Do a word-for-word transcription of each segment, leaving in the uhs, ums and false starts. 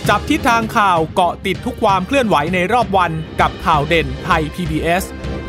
จับทิศทางข่าวเกาะติดทุกความเคลื่อนไหวในรอบวันกับข่าวเด่นไทย พี บี เอส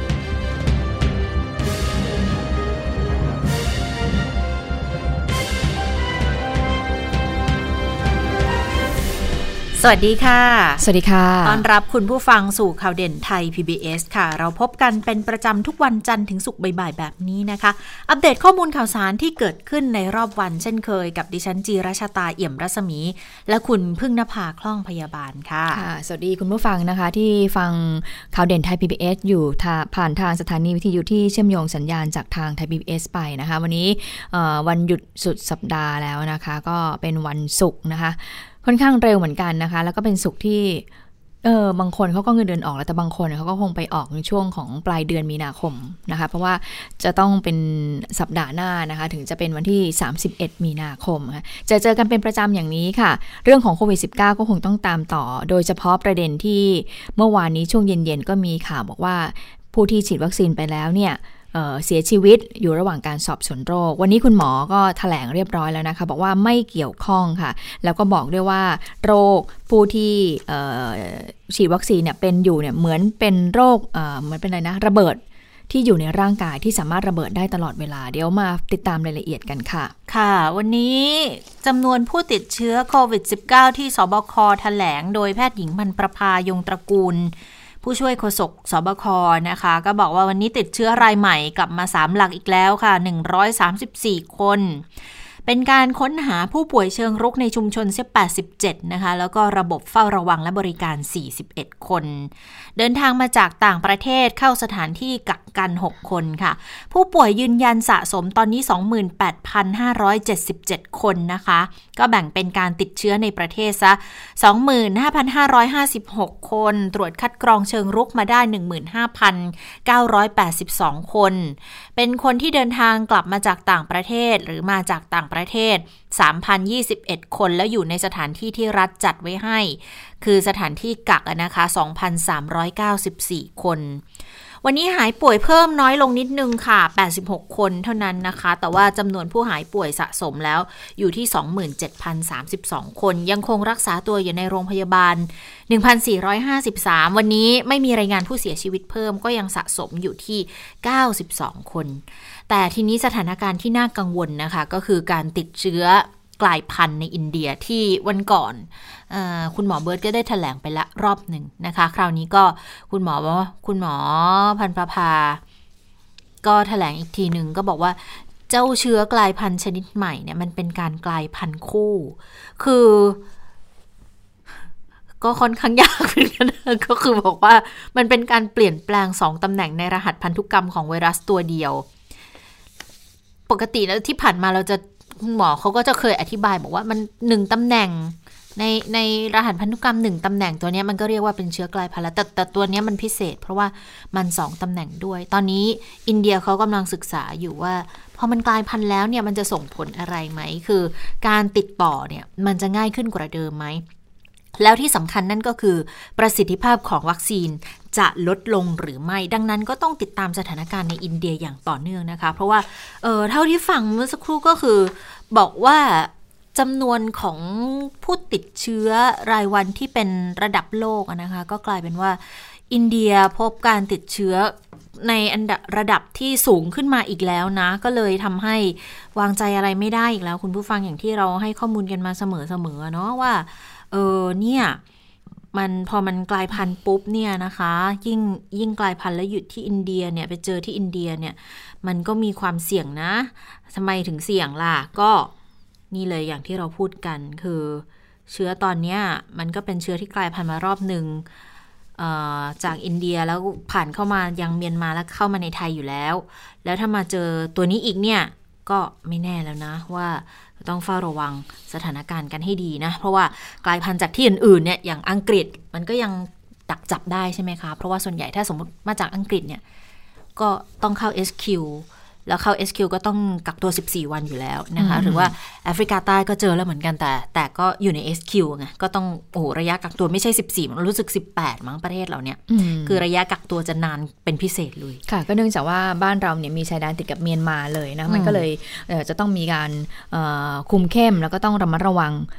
สวัสดีค่ะสวัสดีค่ะต้อนรับคุณผู้ฟังสู่ข่าวเด่นไทย พี บี เอส ค่ะเราพบกันเป็นประจำทุกวันจันทร์ถึงศุกร์บ่ายๆแบบนี้นะคะอัปเดตข้อมูลข่าวสารที่เกิดขึ้นในรอบวันเช่นเคยกับดิฉันจีราชตาเอี่ยมรัศมีและคุณพึ่งนภาคล่องพยาบาลค่ะค่ะสวัสดีคุณผู้ฟังนะคะที่ฟังข่าวเด่นไทย พี บี เอส อยู่ผ่านทางสถานีวิทยุที่เชื่อมโยงสัญญาณจากทางไทย พี บี เอส ไปนะคะวันนี้วันหยุดสุดสัปดาห์แล้วนะคะก็เป็นวันศุกร์นะคะค่อนข้างเร็วเหมือนกันนะคะแล้วก็เป็นศุกร์ที่เออบางคนเขาก็เงินเดือนออกแล้วแต่บางคนเขาก็คงไปออกในช่วงของปลายเดือนมีนาคมนะคะเพราะว่าจะต้องเป็นสัปดาห์หน้านะคะถึงจะเป็นวันที่สามสิบเอ็ดมีนาคมค่ะจะเจอกันเป็นประจำอย่างนี้ค่ะเรื่องของโควิด สิบเก้า ก็คงต้องตามต่อโดยเฉพาะประเด็นที่เมื่อวานนี้ช่วงเย็นๆก็มีข่าวบอกว่าผู้ที่ฉีดวัคซีนไปแล้วเนี่ยเ, เสียชีวิตอยู่ระหว่างการสอบสวนโรควันนี้คุณหมอก็แถลงเรียบร้อยแล้วนะคะบอกว่าไม่เกี่ยวข้องค่ะแล้วก็บอกด้วยว่าโรคผู้ที่ฉีดวัคซีนเนี่ยเป็นอยู่เนี่ยเหมือนเป็นโรคเหมือนเป็นอะไรนะระเบิดที่อยู่ในร่างกายที่สามารถระเบิดได้ตลอดเวลาเดี๋ยวมาติดตามรายละเอียดกันค่ะค่ะวันนี้จำนวนผู้ติดเชื้อโควิด สิบเก้า ที่สบคแถลงโดยแพทย์หญิงพันประภายงตระกูลผู้ช่วยโฆษกสบคนะคะก็บอกว่าวันนี้ติดเชื้อรายใหม่กลับมาสามหลักอีกแล้วค่ะหนึ่งร้อยสามสิบสี่คนเป็นการค้นหาผู้ป่วยเชิงรุกในชุมชนเสียแปดสิบเจ็ดนะคะแล้วก็ระบบเฝ้าระวังและบริการสี่สิบเอ็ดคนเดินทางมาจากต่างประเทศเข้าสถานที่กักกันหกคนค่ะผู้ป่วยยืนยันสะสมตอนนี้ สองหมื่นแปดพันห้าร้อยเจ็ดสิบเจ็ด คนนะคะก็แบ่งเป็นการติดเชื้อในประเทศซะ สองหมื่นห้าพันห้าร้อยห้าสิบหก คนตรวจคัดกรองเชิงรุกมาได้ หนึ่งหมื่นห้าพันเก้าร้อยแปดสิบสอง คนเป็นคนที่เดินทางกลับมาจากต่างประเทศหรือมาจากต่างประเทศ สามพันยี่สิบเอ็ด คนแล้วอยู่ในสถานที่ที่รัฐจัดไว้ให้คือสถานที่กักนะคะ สองพันสามร้อยเก้าสิบสี่ คนวันนี้หายป่วยเพิ่มน้อยลงนิดนึงค่ะแปดสิบหกคนเท่านั้นนะคะแต่ว่าจำนวนผู้หายป่วยสะสมแล้วอยู่ที่ สองหมื่นเจ็ดพันสามสิบสอง คนยังคงรักษาตัวอยู่ในโรงพยาบาล หนึ่งพันสี่ร้อยห้าสิบสาม วันนี้ไม่มีรายงานผู้เสียชีวิตเพิ่มก็ยังสะสมอยู่ที่เก้าสิบสองคนแต่ทีนี้สถานการณ์ที่น่ากังวลนะคะก็คือการติดเชื้อกลายพันธุ์ในอินเดียที่วันก่อนเอ่อคุณหมอเบิร์ตก็ได้แถลงไปละรอบหนึ่งนะคะคราวนี้ก็คุณหมอคุณหมอพันประภาก็แถลงอีกทีหนึ่งก็บอกว่าเจ้าเชื้อกลายพันธุ์ชนิดใหม่เนี่ยมันเป็นการกลายพันธุ์คู่คือก็ค่อนข้างยากเหมือนกันก็คือบอกว่ามันเป็นการเปลี่ยนแปลงสองตำแหน่งในรหัสพันธุกรรมของไวรัสตัวเดียวปกติแล้วที่ผ่านมาเราจะคุณหมอเขาก็จะเคยอธิบายบอกว่ามันหนึ่งตำแหน่งในในรหัสพันธุกรรมหนึ่งตำแหน่งตัวนี้มันก็เรียกว่าเป็นเชื้อกลายพันธุ์แล้วแต่แต่ตัวนี้มันพิเศษเพราะว่ามันสองตำแหน่งด้วยตอนนี้อินเดียเขากำลังศึกษาอยู่ว่าพอมันกลายพันธุ์แล้วเนี่ยมันจะส่งผลอะไรไหมคือการติดต่อเนี่ยมันจะง่ายขึ้นกว่าเดิมไหมแล้วที่สำคัญนั่นก็คือประสิทธิภาพของวัคซีนจะลดลงหรือไม่ดังนั้นก็ต้องติดตามสถานการณ์ในอินเดียอย่างต่อเนื่องนะคะเพราะว่าเออเท่าที่ฟังเมื่อสักครู่ก็คือบอกว่าจำนวนของผู้ติดเชื้อรายวันที่เป็นระดับโลกนะคะก็กลายเป็นว่าอินเดียพบการติดเชื้อในอันดับระดับที่สูงขึ้นมาอีกแล้วนะก็เลยทำให้วางใจอะไรไม่ได้อีกแล้วคุณผู้ฟังอย่างที่เราให้ข้อมูลกันมาเสมอๆเนาะว่าเออเนี่ยมันพอมันกลายพันธุ์ปุ๊บเนี่ยนะคะยิ่งยิ่งกลายพันธุ์แล้วหยุดที่อินเดียเนี่ยไปเจอที่อินเดียเนี่ยมันก็มีความเสี่ยงนะทำไมถึงเสี่ยงล่ะก็นี่เลยอย่างที่เราพูดกันคือเชื้อตอนนี้มันก็เป็นเชื้อที่กลายพันธุ์มารอบหนึ่งจากอินเดียแล้วผ่านเข้ามายังเมียนมาแล้วเข้ามาในไทยอยู่แล้วแล้วถ้ามาเจอตัวนี้อีกเนี่ยก็ไม่แน่แล้วนะว่าต้องเฝ้าระวังสถานการณ์กันให้ดีนะเพราะว่ากลายพันธุ์จากที่อื่นๆเนี่ยอย่างอังกฤษมันก็ยังดักจับได้ใช่ไหมคะเพราะว่าส่วนใหญ่ถ้าสมมติมาจากอังกฤษเนี่ยก็ต้องเข้า เอส คิว แล้วเข้า เอส คิว ก็ต้องกักตัวสิบสี่วันอยู่แล้วนะคะหรือว่าแอฟริกาใต้ก็เจอแล้วเหมือนกันแต่แต่ก็อยู่ใน เอส คิว ไงก็ต้องโอ้ระยะกักตัวไม่ใช่สิบสี่มันรู้สึกสิบแปดมั้งประเทศเราเนี่ยคือระยะกักตัวจะนานเป็นพิเศษเลยค่ะก็เนื่องจากว่าบ้านเราเนี่ยมีชายแดนติดกับเมียนมาเลยนะมันก็เลยจะต้องมีการคุมเข้มแล้วก็ต้องระมัดระวัง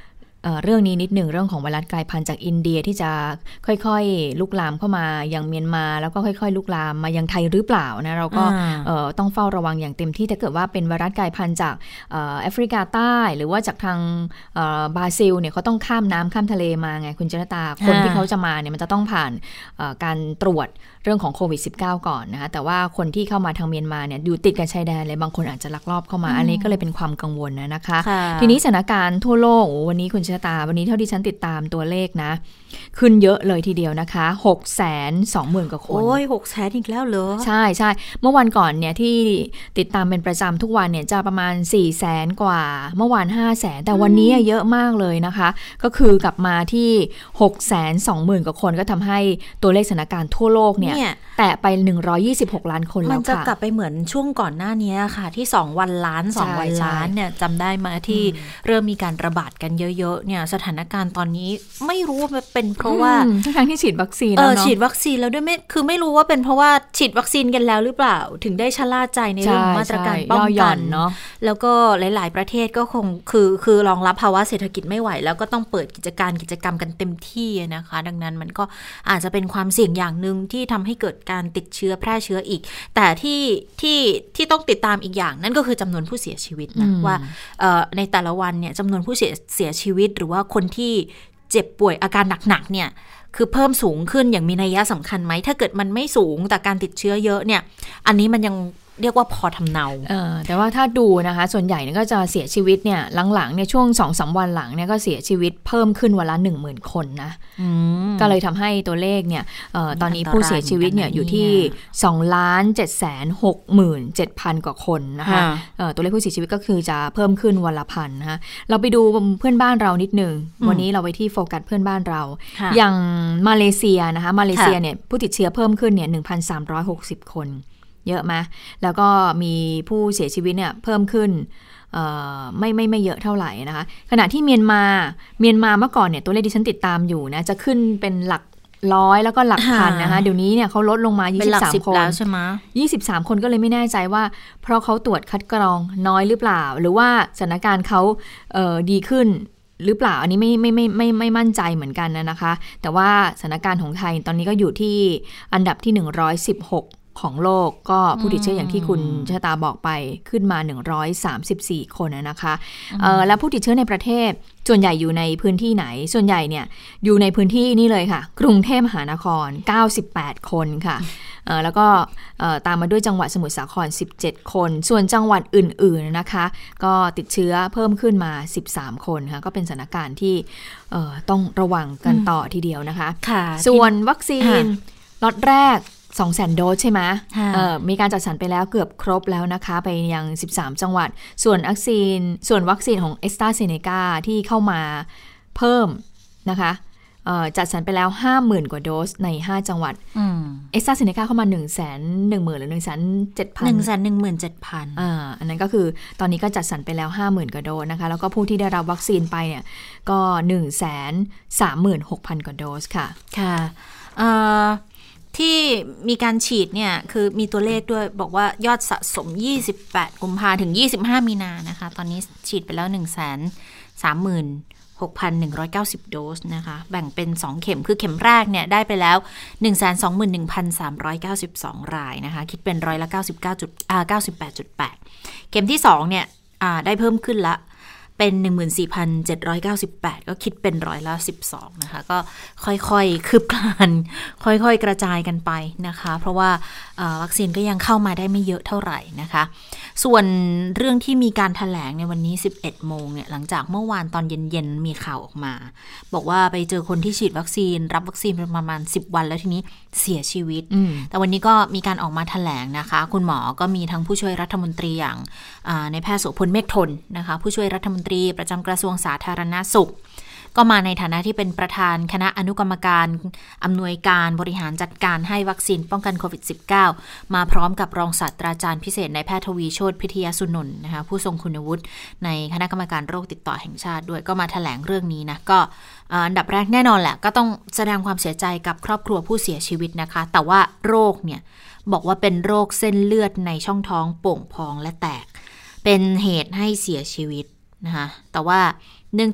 เรื่องนี้นิดหนึ่งเรื่องของไวรัสกลายพันธุ์จากอินเดียที่จะค่อยๆลุกลามเข้ามายังเมียนมาแล้วก็ค่อยๆลุกลามมายังไทยหรือเปล่านะเราก็ต้องเฝ้าระวังอย่างเต็มที่ถ้าเกิดว่าเป็นไวรัสกลายพันธุ์จากแอฟริกาใต้หรือว่าจากทางบราซิลเนี่ยเขาต้องข้ามน้ำข้ามทะเลมาไงคุณจนตาคนที่เขาจะมาเนี่ยมันจะต้องผ่านการตรวจเรื่องของโควิด สิบเก้า ก่อนนะคะแต่ว่าคนที่เข้ามาทางเมียนมาเนี่ยอยู่ติดกับชายแดนเลยบางคนอาจจะลักลอบเข้ามาอันนี้ก็เลยเป็นความกังวลนะนะคะทีนี้สถานการณ์ทั่วโลกวันนี้คุณชะตาวันนี้เท่าที่ฉันติดตามตัวเลขนะขึ้นเยอะเลยทีเดียวนะคะ หกแสนสองหมื่น กว่าคนโอ้ย หกแสน อีกแล้วเหรอใช่ใช่เมื่อวันก่อนเนี่ยที่ติดตามเป็นประจำทุกวันเนี่ยจะประมาณ สี่แสน กว่าเมื่อวาน ห้าแสน แต่วันนี้เยอะมากเลยนะคะก็คือกลับมาที่ หกแสนสองหมื่น กว่าคนก็ทำให้ตัวเลขสถานการณ์ทั่วโลกเนี่ยแตะไปหนึ่งร้อยยี่สิบหกล้านคนแล้วค่ะมันจะกลับไปเหมือนช่วงก่อนหน้านี้ค่ะที่สองวันล้านสองวันล้านเนี่ยจำได้มาที่เริ่มมีการระบาดกันเยอะๆเนี่ยสถานการณ์ตอนนี้ไม่รู้ว่าเป็นเพราะว่าทั้งที่ฉีดวัคซีนแล้วเนาะฉีดวัคซีนแล้วด้วยไม่คือไม่รู้ว่าเป็นเพราะว่าฉีดวัคซีนกันแล้วหรือเปล่าถึงได้ชะล่าใจในเรื่องมาตรการป้องกันเนาะแล้วก็หลายๆประเทศก็คงคือคือรองรับภาวะเศรษฐกิจไม่ไหวแล้วก็ต้องเปิดกิจการกิจกรรมกันเต็มที่นะคะดังนั้นมันก็อาจจะเป็นความเสี่ยงอย่างนึงที่ทำให้เกิดการติดเชื้อแพร่เชื้ออีกแต่ที่ที่ที่ต้องติดตามอีกอย่างนั่นก็คือจำนวนผู้เสียชีวิตนะว่าในแต่ละวันเนี่ยจำนวนผู้เสียเสียชีวิตหรือว่าคนที่เจ็บป่วยอาการหนักๆเนี่ยคือเพิ่มสูงขึ้นอย่างมีนัยยะสำคัญไหมถ้าเกิดมันไม่สูงแต่การติดเชื้อเยอะเนี่ยอันนี้มันยังเรียกว่าพอทำเนาเออแต่ว่าถ้าดูนะคะส่วนใหญ่เนี่ยก็จะเสียชีวิตเนี่ยหลังๆเนี่ยช่วง สองถึงสาม วันหลังเนี่ยก็เสียชีวิตเพิ่มขึ้นวันละ หนึ่งหมื่น คนนะก็เลยทำให้ตัวเลขเนี่ยออตอนนี้ผู้เสียชีวิตเนี่ยอยู่ที่ สองล้านเจ็ดแสนหกหมื่นเจ็ดพัน กว่าคนนะคะตัวเลขผู้เสียชีวิตก็คือจะเพิ่มขึ้นวันละพันนะคะเราไปดูเพื่อนบ้านเรานิดนึงวันนี้เราไปที่โฟกัสเพื่อนบ้านเราอย่างมาเลเซียนะคะมาเลเซียเนี่ยผู้ติดเชื้อเพิ่มขึ้นเนี่ย หนึ่งพันสามร้อยหกสิบ คนเยอะไหมแล้วก็มีผู้เสียชีวิตเนี่ยเพิ่มขึ้นไม่ไม่ไม่เยอะเท่าไหร่นะคะขณะที่เมียนมาเมียนมาเมื่อก่อนเนี่ยตัวเลขที่ฉันติดตามอยู่นะจะขึ้นเป็นหลักร้อยแล้วก็หลักพันนะคะเดี๋ยวนี้เนี่ยเขาลดลงมายี่สิบสามคนแล้วใช่ไหมยี่สิบสามคนก็เลยไม่แน่ใจว่าเพราะเขาตรวจคัดกรองน้อยหรือเปล่าหรือว่าสถานการณ์เขาเอ่อดีขึ้นหรือเปล่าอันนี้ไม่ไม่ไม่ไม่ไม่มั่นใจเหมือนกันนะคะแต่ว่าสถานการณ์ของไทยตอนนี้ก็อยู่ที่อันดับที่หนึ่งร้อยสิบหกของโลกก็ผู้ติดเชื้ออย่างที่คุณชะตาบอกไปขึ้นมาหนึ่งร้อยสามสิบสี่คนนะคะแล้วผู้ติดเชื้อในประเทศส่วนใหญ่อยู่ในพื้นที่ไหนส่วนใหญ่เนี่ยอยู่ในพื้นที่นี่เลยค่ะกรุงเทพมหานครเก้าสิบแปดคนค่ะแล้วก็ตามมาด้วยจังหวัดสมุทรสาครสิบเจ็ดคนส่วนจังหวัดอื่นๆนะคะก็ติดเชื้อเพิ่มขึ้นมาสิบสามคนค่ะก็เป็นสถานการณ์ที่ต้องระวังกันต่อทีเดียวนะคะส่วนวัคซีนล็อตแรกสองแสน โดสใช่ไหมมีการจัดสรรไปแล้วเกือบครบแล้วนะคะไปยังสิบสามจังหวัดส่วนวัคซีนส่วนวัคซีนของ AstraZeneca ที่เข้ามาเพิ่มนะคะจัดสรรไปแล้ว ห้าหมื่น กว่าโดสในห้าจังหวัด AstraZeneca เข้ามา หนึ่งแสนหนึ่งหมื่น หรือ หนึ่งแสนเจ็ดพันหนึ่งแสนหนึ่งหมื่นเจ็ดพันอ่าอันนั้นก็คือตอนนี้ก็จัดสรรไปแล้ว ห้าหมื่น กว่าโดสนะคะแล้วก็ผู้ที่ได้รับวัคซีนไปเนี่ยก็ หนึ่งแสนสามหมื่นหกพัน กว่าโดสค่ะค่ะเอ่อที่มีการฉีดเนี่ยคือมีตัวเลขด้วยบอกว่ายอดสะสมยี่สิบแปดกุมภาพันธ์ถึงยี่สิบห้ามีนานะคะตอนนี้ฉีดไปแล้ว หนึ่งแสนสามหมื่นหกพันหนึ่งร้อยเก้าสิบ โดสนะคะแบ่งเป็นสองเข็มคือเข็มแรกเนี่ยได้ไปแล้ว หนึ่งแสนสองหมื่นหนึ่งพันสามร้อยเก้าสิบสอง รายนะคะคิดเป็นร้อยละเก้าสิบเก้าจุดอ่า เก้าสิบแปดจุดแปด เข็มที่สองเนี่ยอ่าได้เพิ่มขึ้นละเป็น หนึ่งหมื่นสี่พันเจ็ดร้อยเก้าสิบแปด ก็คิดเป็นร้อยละสิบสองนะคะก็ค่อยๆคืบคลานค่อยๆกระจายกันไปนะคะเพราะว่าวัคซีนก็ยังเข้ามาได้ไม่เยอะเท่าไหร่นะคะส่วนเรื่องที่มีการแถลงในวันนี้ สิบเอ็ดโมงเนี่ยหลังจากเมื่อวานตอนเย็นๆมีข่าวออกมาบอกว่าไปเจอคนที่ฉีดวัคซีนรับวัคซีนประมาณสิบวันแล้วทีนี้เสียชีวิตแต่วันนี้ก็มีการออกมาแถลงนะคะคุณหมอก็มีทั้งผู้ช่วยรัฐมนตรีอย่างในแพทย์โสพลเมฆทนนะคะผู้ช่วยรัฐมนตรีประจำกระทรวงสาธารณสุขก็มาในฐานะที่เป็นประธานคณะอนุกรรมการอำนวยการบริหารจัดการให้วัคซีนป้องกันโควิด สิบเก้า มาพร้อมกับรองศาสตราจารย์พิเศษนายแพทย์ทวีโชติพิทยาสุนนท์นะคะผู้ทรงคุณวุฒิในคณะกรรมการโรคติดต่อแห่งชาติด้วยก็มาแถลงเรื่องนี้นะก็อันดับแรกแน่นอนแหละก็ต้องแสดงความเสียใจกับครอบครัวผู้เสียชีวิตนะคะแต่ว่าโรคเนี่ยบอกว่าเป็นโรคเส้นเลือดในช่องท้องโป่งพองและแตกเป็นเหตุให้เสียชีวิตนะคะแต่ว่าเนื่องจาก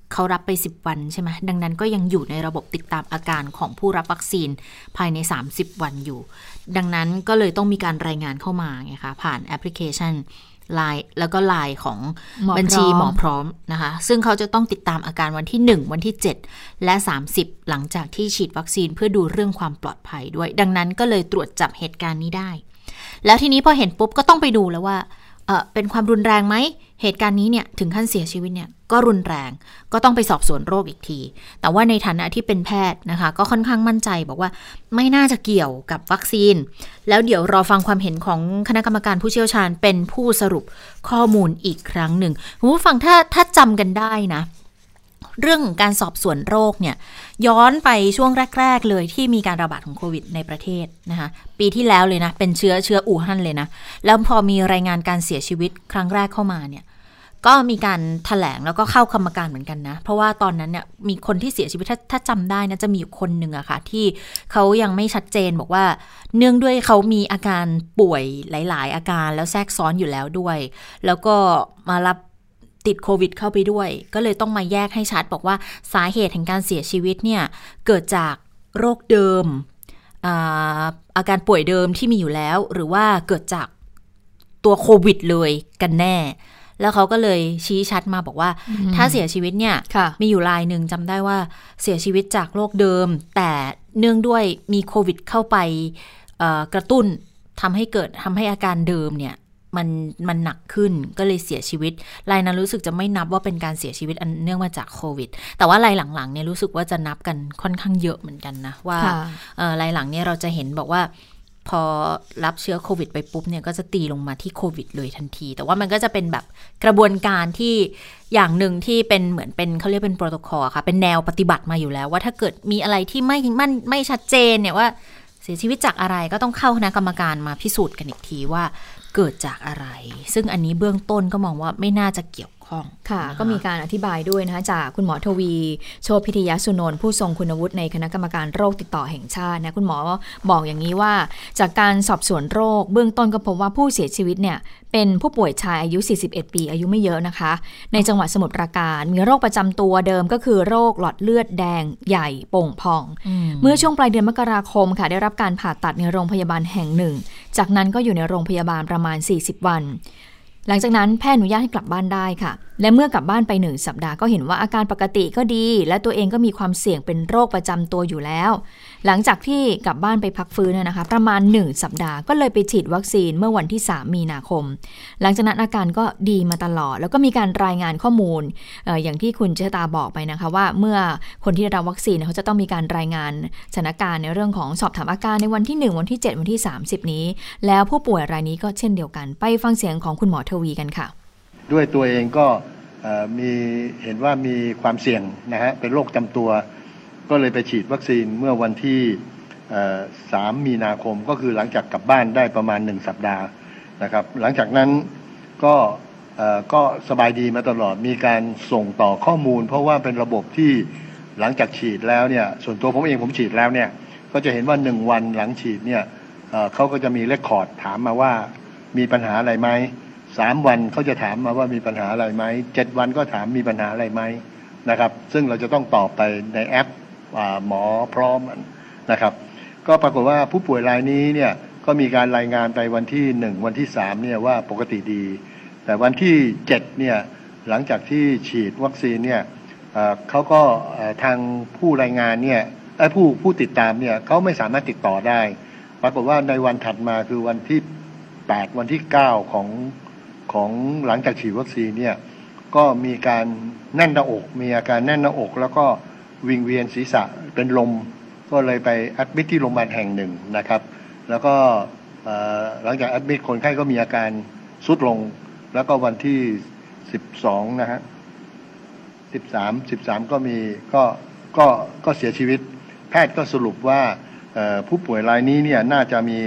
เขารับไปสิบวันใช่ไหมดังนั้นก็ยังอยู่ในระบบติดตามอาการของผู้รับวัคซีนภายในสามสิบวันอยู่ดังนั้นก็เลยต้องมีการรายงานเข้ามาไงคะผ่านแอปพลิเคชัน ไลน์ แล้วก็ ไลน์ ของบัญชีหมอพร้อมนะคะซึ่งเขาจะต้องติดตามอาการวันที่หนึ่งวันที่เจ็ดและสามสิบหลังจากที่ฉีดวัคซีนเพื่อดูเรื่องความปลอดภัยด้วยดังนั้นก็เลยตรวจจับเหตุการณ์นี้ได้แล้วทีนี้พอเห็นปุ๊บก็ต้องไปดูแล้วว่าเออเป็นความรุนแรงไหมเหตุการณ์นี้เนี่ยถึงขั้นเสียชีวิตเนี่ยก็รุนแรงก็ต้องไปสอบสวนโรคอีกทีแต่ว่าในฐานะที่เป็นแพทย์นะคะก็ค่อนข้างมั่นใจบอกว่าไม่น่าจะเกี่ยวกับวัคซีนแล้วเดี๋ยวรอฟังความเห็นของคณะกรรมการผู้เชี่ยวชาญเป็นผู้สรุปข้อมูลอีกครั้งหนึ่งคุณผู้ฟังถ้าถ้าจำกันได้นะเรื่องการสอบสวนโรคเนี่ยย้อนไปช่วงแรกๆเลยที่มีการระบาดของโควิดในประเทศนะคะปีที่แล้วเลยนะเป็นเชื้อเชื้ออู่ฮั่นเลยนะแล้วพอมีรายงานการเสียชีวิตครั้งแรกเข้ามาเนี่ยก็มีการแถลงแล้วก็เข้ากรรมการเหมือนกันนะเพราะว่าตอนนั้นเนี่ยมีคนที่เสียชีวิตถ้าถ้าจำได้นะจะมีอยู่คนหนึ่งอะค่ะที่เขายังไม่ชัดเจนบอกว่าเนื่องด้วยเขามีอาการป่วยหลายๆอาการแล้วแทรกซ้อนอยู่แล้วด้วยแล้วก็มารับติดโควิดเข้าไปด้วยก็เลยต้องมาแยกให้ชัดบอกว่าสาเหตุแห่งการเสียชีวิตเนี่ยเกิดจากโรคเดิม อาอาการป่วยเดิมที่มีอยู่แล้วหรือว่าเกิดจากตัวโควิดเลยกันแน่แล้วเขาก็เลยชี้ชัดมาบอกว่าถ้าเสียชีวิตเนี่ยมีอยู่รายหนึ่งจำได้ว่าเสียชีวิตจากโรคเดิมแต่เนื่องด้วยมีโควิดเข้าไปกระตุ้นทำให้เกิดทำให้อาการเดิมเนี่ยมันมันหนักขึ้นก็เลยเสียชีวิตรายนั้นรู้สึกจะไม่นับว่าเป็นการเสียชีวิตอันเนื่องมาจากโควิดแต่ว่ารายหลังๆเนี่ยรู้สึกว่าจะนับกันค่อนข้างเยอะเหมือนกันนะว่ารายหลังเนี่ยเราจะเห็นบอกว่าพอรับเชื้อโควิดไปปุ๊บเนี่ยก็จะตีลงมาที่โควิดเลยทันทีแต่ว่ามันก็จะเป็นแบบกระบวนการที่อย่างหนึ่งที่เป็นเหมือนเป็นเขาเรียกเป็นโปรโตคอลค่ะเป็นแนวปฏิบัติมาอยู่แล้วว่าถ้าเกิดมีอะไรที่ไม่มั่นไม่ชัดเจนเนี่ยว่าเสียชีวิตจากอะไรก็ต้องเข้าคณะกรรมการมาพิสูจน์กันอีกทีว่าเกิดจากอะไรซึ่งอันนี้เบื้องต้นก็มองว่าไม่น่าจะเกี่ยวข้องค่ะก็มีการอธิบายด้วยนะคะจากคุณหมอทวีโชติพิทยสุนนท์ผู้ทรงคุณวุฒิในคณะกรรมการโรคติดต่อแห่งชาตินะคุณหมอบอกอย่างนี้ว่าจากการสอบสวนโรคเบื้องต้นก็พบว่าผู้เสียชีวิตเนี่ยเป็นผู้ป่วยชายอายุสี่สิบเอ็ดปีอายุไม่เยอะนะคะในจังหวัดสมุทรปราการมีโรคประจำตัวเดิมก็คือโรคหลอดเลือดแดงใหญ่โป่งพองเมื่อช่วงปลายเดือนมกราคมค่ะได้รับการผ่าตัดในโรงพยาบาลแห่งหนึ่งจากนั้นก็อยู่ในโรงพยาบาลประมาณสี่สิบวันหลังจากนั้นแพทย์อนุญาตให้กลับบ้านได้ค่ะและเมื่อกลับบ้านไปหนึ่งสัปดาห์ก็เห็นว่าอาการปกติก็ดีและตัวเองก็มีความเสี่ยงเป็นโรคประจำตัวอยู่แล้วหลังจากที่กลับบ้านไปพักฟื้นนะคะประมาณหนึ่งสัปดาห์ก็เลยไปฉีดวัคซีนเมื่อวันที่สามมีนาคมหลังจากนั้นอาการก็ดีมาตลอดแล้วก็มีการรายงานข้อมูล เอ่อ อย่างที่คุณเจษตาบอกไปนะคะว่าเมื่อคนที่ได้รับวัคซีนเขาจะต้องมีการรายงานสถานการณ์ในเรื่องของสอบถามอาการในวันที่หนึ่งวันที่เจ็ดวันที่สามสิบนี้แล้วผู้ป่วยรายนี้ก็เช่นเดียวกันไปฟังเสียงของคุณหมอทวีกันค่ะด้วยตัวเองก็มีเห็นว่ามีความเสี่ยงนะฮะเป็นโรคจำตัวก็เลยไปฉีดวัคซีนเมื่อวันที่สามมีนาคมก็คือหลังจากกลับบ้านได้ประมาณหนึ่งสัปดาห์นะครับหลังจากนั้นก็ก็สบายดีมาตลอดมีการส่งต่อข้อมูลเพราะว่าเป็นระบบที่หลังจากฉีดแล้วเนี่ยส่วนตัวผมเองผมฉีดแล้วเนี่ยก็จะเห็นว่าหนึ่งวันหลังฉีดเนี่ยเขาก็จะมีเรคคอร์ดถามมาว่ามีปัญหาอะไรไหมสามวันเขาจะถามมาว่ามีปัญหาอะไรไหมเจ็ดวันก็ถามมีปัญหาอะไรไหมนะครับซึ่งเราจะต้องตอบไปในแอปหมอพร้อมนะครับก็ปรากฏว่าผู้ป่วยรายนี้เนี่ยก็มีการรายงานไปวันที่หนึ่งวันที่สามเนี่ยว่าปกติดีแต่วันที่เจ็ดเนี่ยหลังจากที่ฉีดวัคซีนเนี่ยเขาก็ทางผู้รายงานเนี่ยผู้ผู้ติดตามเนี่ยเขาไม่สามารถติดต่อได้ปรากฏว่าในวันถัดมาคือวันที่แปดวันที่เก้าของของหลังจากฉีดวัคซีนเนี่ยก็มีการแน่นหน้าอกมีอาการแน่นหน้าอกแล้วก็วิงเวียนศีรษะเป็นลมก็เลยไปแอดมิทที่โรงพยาบาลแห่งหนึ่งนะครับแล้วก็หลังจากแอดมิทคนไข้ก็มีอาการทรุดลงแล้วก็วันที่สิบสองนะฮะสิบสาม สิบสามก็มีก็ก็ก็เสียชีวิตแพทย์ก็สรุปว่าผู้ป่วยรายนี้เนี่ยน่าจะมี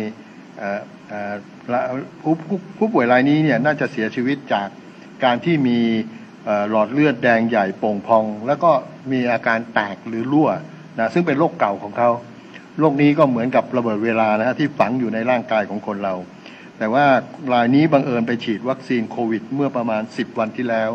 ผู้ผู้ป่วยรายนี้เนี่ยน่าจะเสียชีวิตจากการที่มีหลอดเลือดแดงใหญ่โป่งพองแล้วก็มีอาการแตกหรือรั่วนะซึ่งเป็นโรคเก่าของเขาโรคนี้ก็เหมือนกับระเบิดเวลานะฮะที่ฝังอยู่ในร่างกายของคนเราแต่ว่ารายนี้บังเอิญไปฉีดวัคซีนโควิดเมื่อประมาณสิบวันที่แล้ว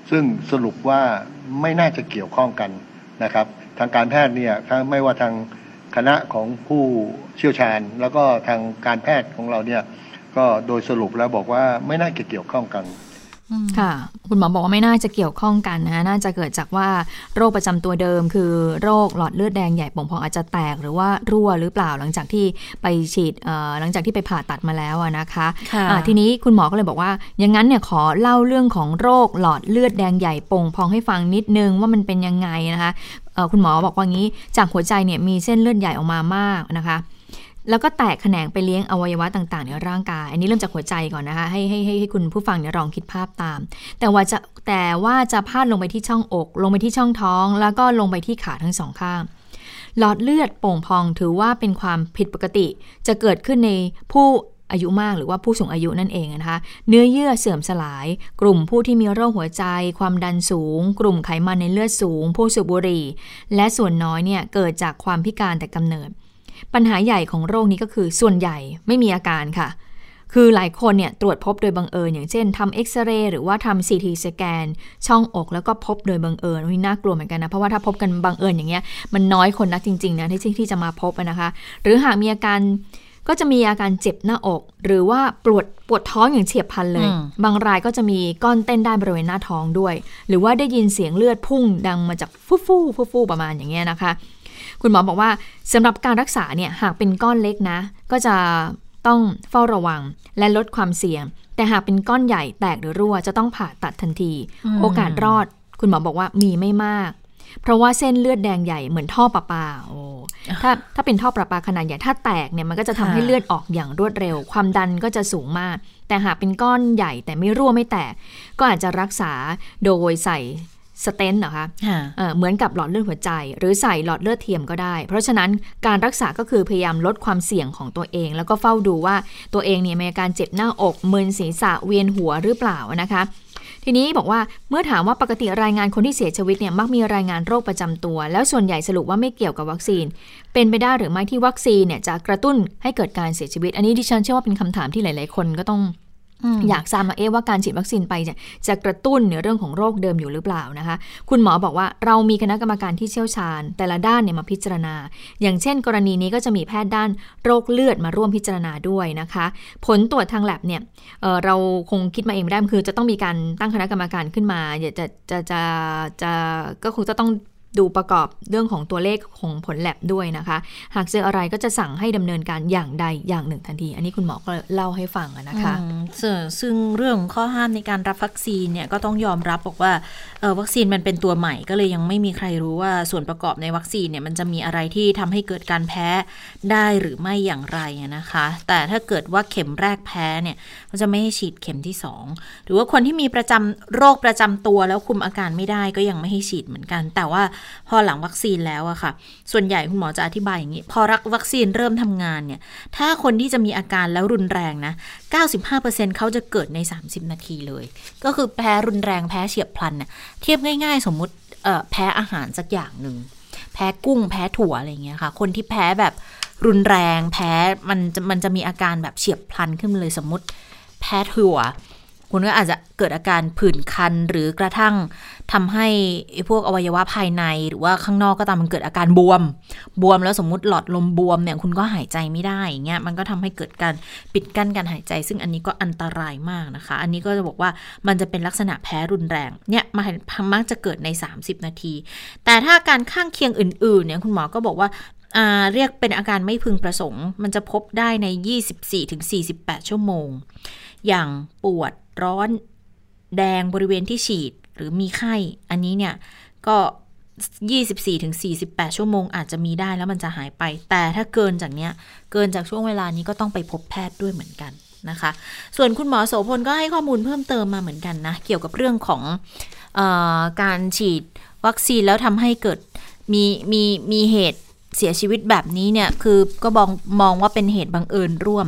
ซึ่งสรุปว่าไม่น่าจะเกี่ยวข้องกันนะครับทางการแพทย์เนี่ยไม่ว่าทางคณะของผู้เชี่ยวชาญแล้วก็ทางการแพทย์ของเราเนี่ยก็โดยสรุปแล้วบอกว่าไม่น่าจะเกี่ยวข้องกันค่ะคุณหมอบอกว่าไม่น่าจะเกี่ยวข้องกันนะน่าจะเกิดจากว่าโรคประจำตัวเดิมคือโรคหลอดเลือดแดงใหญ่โป่งพองอาจจะแตกหรือว่ารั่วหรือเปล่าหลังจากที่ไปฉีดหลังจากที่ไปผ่าตัดมาแล้วนะคะะทีนี้คุณหมอก็เลยบอกว่าอย่างนั้นเนี่ยขอเล่าเรื่องของโรคหลอดเลือดแดงใหญ่โป่งพองให้ฟังนิดนึงว่ามันเป็นยังไงนะคะคุณหมอบอกว่างี้จากหัวใจเนี่ยมีเส้นเลือดใหญ่ออกมามากนะคะแล้วก็แตกแขนงไปเลี้ยงอวัยวะต่างๆในร่างกายอันนี้เริ่มจากหัวใจก่อนนะคะให้ให้ให้คุณผู้ฟังเนี่ยลองคิดภาพตามแต่ว่าจะแต่ว่าจะพาดลงไปที่ช่องอกลงไปที่ช่องท้องแล้วก็ลงไปที่ขาทั้งสองข้างหลอดเลือดโป่งพองถือว่าเป็นความผิดปกติจะเกิดขึ้นในผู้อายุมากหรือว่าผู้สูงอายุนั่นเองนะคะเนื้อเยื่อเสื่อมสลายกลุ่มผู้ที่มีโรคหัวใจความดันสูงกลุ่มไขมันในเลือดสูงผู้สูบบุหรี่และส่วนน้อยเนี่ยเกิดจากความพิการแต่กำเนิดปัญหาใหญ่ของโรคนี้ก็คือส่วนใหญ่ไม่มีอาการค่ะคือหลายคนเนี่ยตรวจพบโดยบังเอิญอย่างเช่นทำเอ็กซเรย์หรือว่าทำ ซี ที สแกนช่องอกแล้วก็พบโดยบังเอิญนี่น่ากลัวเหมือนกันนะเพราะว่าถ้าพบกันบังเอิญอย่างเงี้ยมันน้อยคนนักจริงๆนะที่ที่จะมาพบนะคะหรือหากมีอาการก็จะมีอาการเจ็บหน้าอกหรือว่าปวดปวดท้องอย่างเฉียบพลันเลยบางรายก็จะมีก้อนเต้นได้บริเวณหน้าท้องด้วยหรือว่าได้ยินเสียงเลือดพุ่งดังมาจากฟู่ฟู่ฟู่ฟู่ประมาณอย่างเงี้ยนะคะคุณหมอบอกว่าสำหรับการรักษาเนี่ยหากเป็นก้อนเล็กนะก็จะต้องเฝ้าระวังและลดความเสี่ยงแต่หากเป็นก้อนใหญ่แตกหรือรั่วจะต้องผ่าตัดทันทีโอกาสรอดคุณหมอบอกว่ามีไม่มากเพราะว่าเส้นเลือดแดงใหญ่เหมือนท่อประปาโอ้ถ้าถ้าเป็นท่อประปาขนาดใหญ่ถ้าแตกเนี่ยมันก็จะทำให้เลือดออกอย่างรวดเร็วความดันก็จะสูงมากแต่หากเป็นก้อนใหญ่แต่ไม่รั่วไม่แตกก็อาจจะรักษาโดยใส่สเตนต์เหรอคะเอ่อเหมือนกับหลอดเลือดหัวใจหรือใส่หลอดเลือดเทียมก็ได้เพราะฉะนั้นการรักษาก็คือพยายามลดความเสี่ยงของตัวเองแล้วก็เฝ้าดูว่าตัวเองเนี่ยมีอาการเจ็บหน้าอกมึนศีรษะเวียนหัวหรือเปล่านะคะทีนี้บอกว่าเมื่อถามว่าปกติรายงานคนที่เสียชีวิตเนี่ยมักมีรายงานโรคประจำตัวแล้วส่วนใหญ่สรุปว่าไม่เกี่ยวกับวัคซีนเป็นไปได้หรือไม่ที่วัคซีนเนี่ยจะกระตุ้นให้เกิดการเสียชีวิตอันนี้ดิฉันเชื่อว่าเป็นคำถามที่หลายๆคนก็ต้องอยากทราบมาเอ๊ะว่าการฉีดวัคซีนไปเนี่ยจะกระตุ้นในเรื่องของโรคเดิมอยู่หรือเปล่านะคะคุณหมอบอกว่าเรามีคณะกรรมการที่เชี่ยวชาญแต่ละด้านเนี่ยมาพิจารณาอย่างเช่นกรณีนี้ก็จะมีแพทย์ด้านโรคเลือดมาร่วมพิจารณาด้วยนะคะผลตรวจทางแลบเนี่ย เอ่อ เราคงคิดมาเองไม่ได้คือจะต้องมีการตั้งคณะกรรมการขึ้นมาจะจะจะจะจะก็คงจะต้องดูประกอบเรื่องของตัวเลขของผลแลบด้วยนะคะหากเจออะไรก็จะสั่งให้ดำเนินการอย่างใดอย่างหนึ่งทันทีอันนี้คุณหมอก็เล่าให้ฟังนะคะซึ่งเรื่องข้อห้ามในการรับวัคซีนเนี่ยก็ต้องยอมรับบอกว่าวัคซีนมันเป็นตัวใหม่ก็เลยยังไม่มีใครรู้ว่าส่วนประกอบในวัคซีนเนี่ยมันจะมีอะไรที่ทำให้เกิดการแพ้ได้หรือไม่อย่างไรนะคะแต่ถ้าเกิดว่าเข็มแรกแพ้เนี่ยก็จะไม่ให้ฉีดเข็มที่สองหรือว่าคนที่มีประจำโรคประจำตัวแล้วคุมอาการไม่ได้ก็ยังไม่ให้ฉีดเหมือนกันแต่ว่าพอหลังวัคซีนแล้วอะค่ะส่วนใหญ่คุณหมอจะอธิบายอย่างนี้พอรักวัคซีนเริ่มทำงานเนี่ยถ้าคนที่จะมีอาการแล้วรุนแรงนะ เก้าสิบห้าเปอร์เซ็นต์ เขาจะเกิดในสามสิบนาทีเลยก็คือแพ้รุนแรงแพ้เฉียบพลันเนี่ยเทียบง่ายๆสมมุติเอ่อแพ้อาหารสักอย่างนึงแพ้กุ้งแพ้ถั่วอะไรอย่างเงี้ยค่ะคนที่แพ้แบบรุนแรงแพ้มันจะมันจะมีอาการแบบเฉียบพลันขึ้นมาเลยสมมุติแพ้ถั่วคุณก็อาจจะเกิดอาการผื่นคันหรือกระทั่งทำให้พวกอวัยวะภายในหรือว่าข้างนอกก็ตามมันเกิดอาการบวมบวมแล้วสมมุติหลอดลมบวมเนี่ยคุณก็หายใจไม่ได้อย่างเงี้ยมันก็ทำให้เกิดการปิดกั้นการหายใจซึ่งอันนี้ก็อันตรายมากนะคะอันนี้ก็จะบอกว่ามันจะเป็นลักษณะแพ้รุนแรงเนี่ยมักจะเกิดในสามสิบนาทีแต่ถ้าการข้างเคียงอื่นๆเนี่ยคุณหมอก็บอกว่าอ่าเรียกเป็นอาการไม่พึงประสงค์มันจะพบได้ใน ยี่สิบสี่ถึงสี่สิบแปด ชั่วโมงอย่างปวดร้อนแดงบริเวณที่ฉีดหรือมีไข้อันนี้เนี่ยก็ ยี่สิบสี่ถึงสี่สิบแปด ชั่วโมงอาจจะมีได้แล้วมันจะหายไปแต่ถ้าเกินจากเนี้ยเกินจากช่วงเวลานี้ก็ต้องไปพบแพทย์ด้วยเหมือนกันนะคะส่วนคุณหมอโสพลก็ให้ข้อมูลเพิ่มเติมมาเหมือนกันนะเกี่ยวกับเรื่องของเอ่อการฉีดวัคซีนแล้วทำให้เกิดมีมีมีเหตุเสียชีวิตแบบนี้เนี่ยคือก็มองมองว่าเป็นเหตุบังเอิญร่วม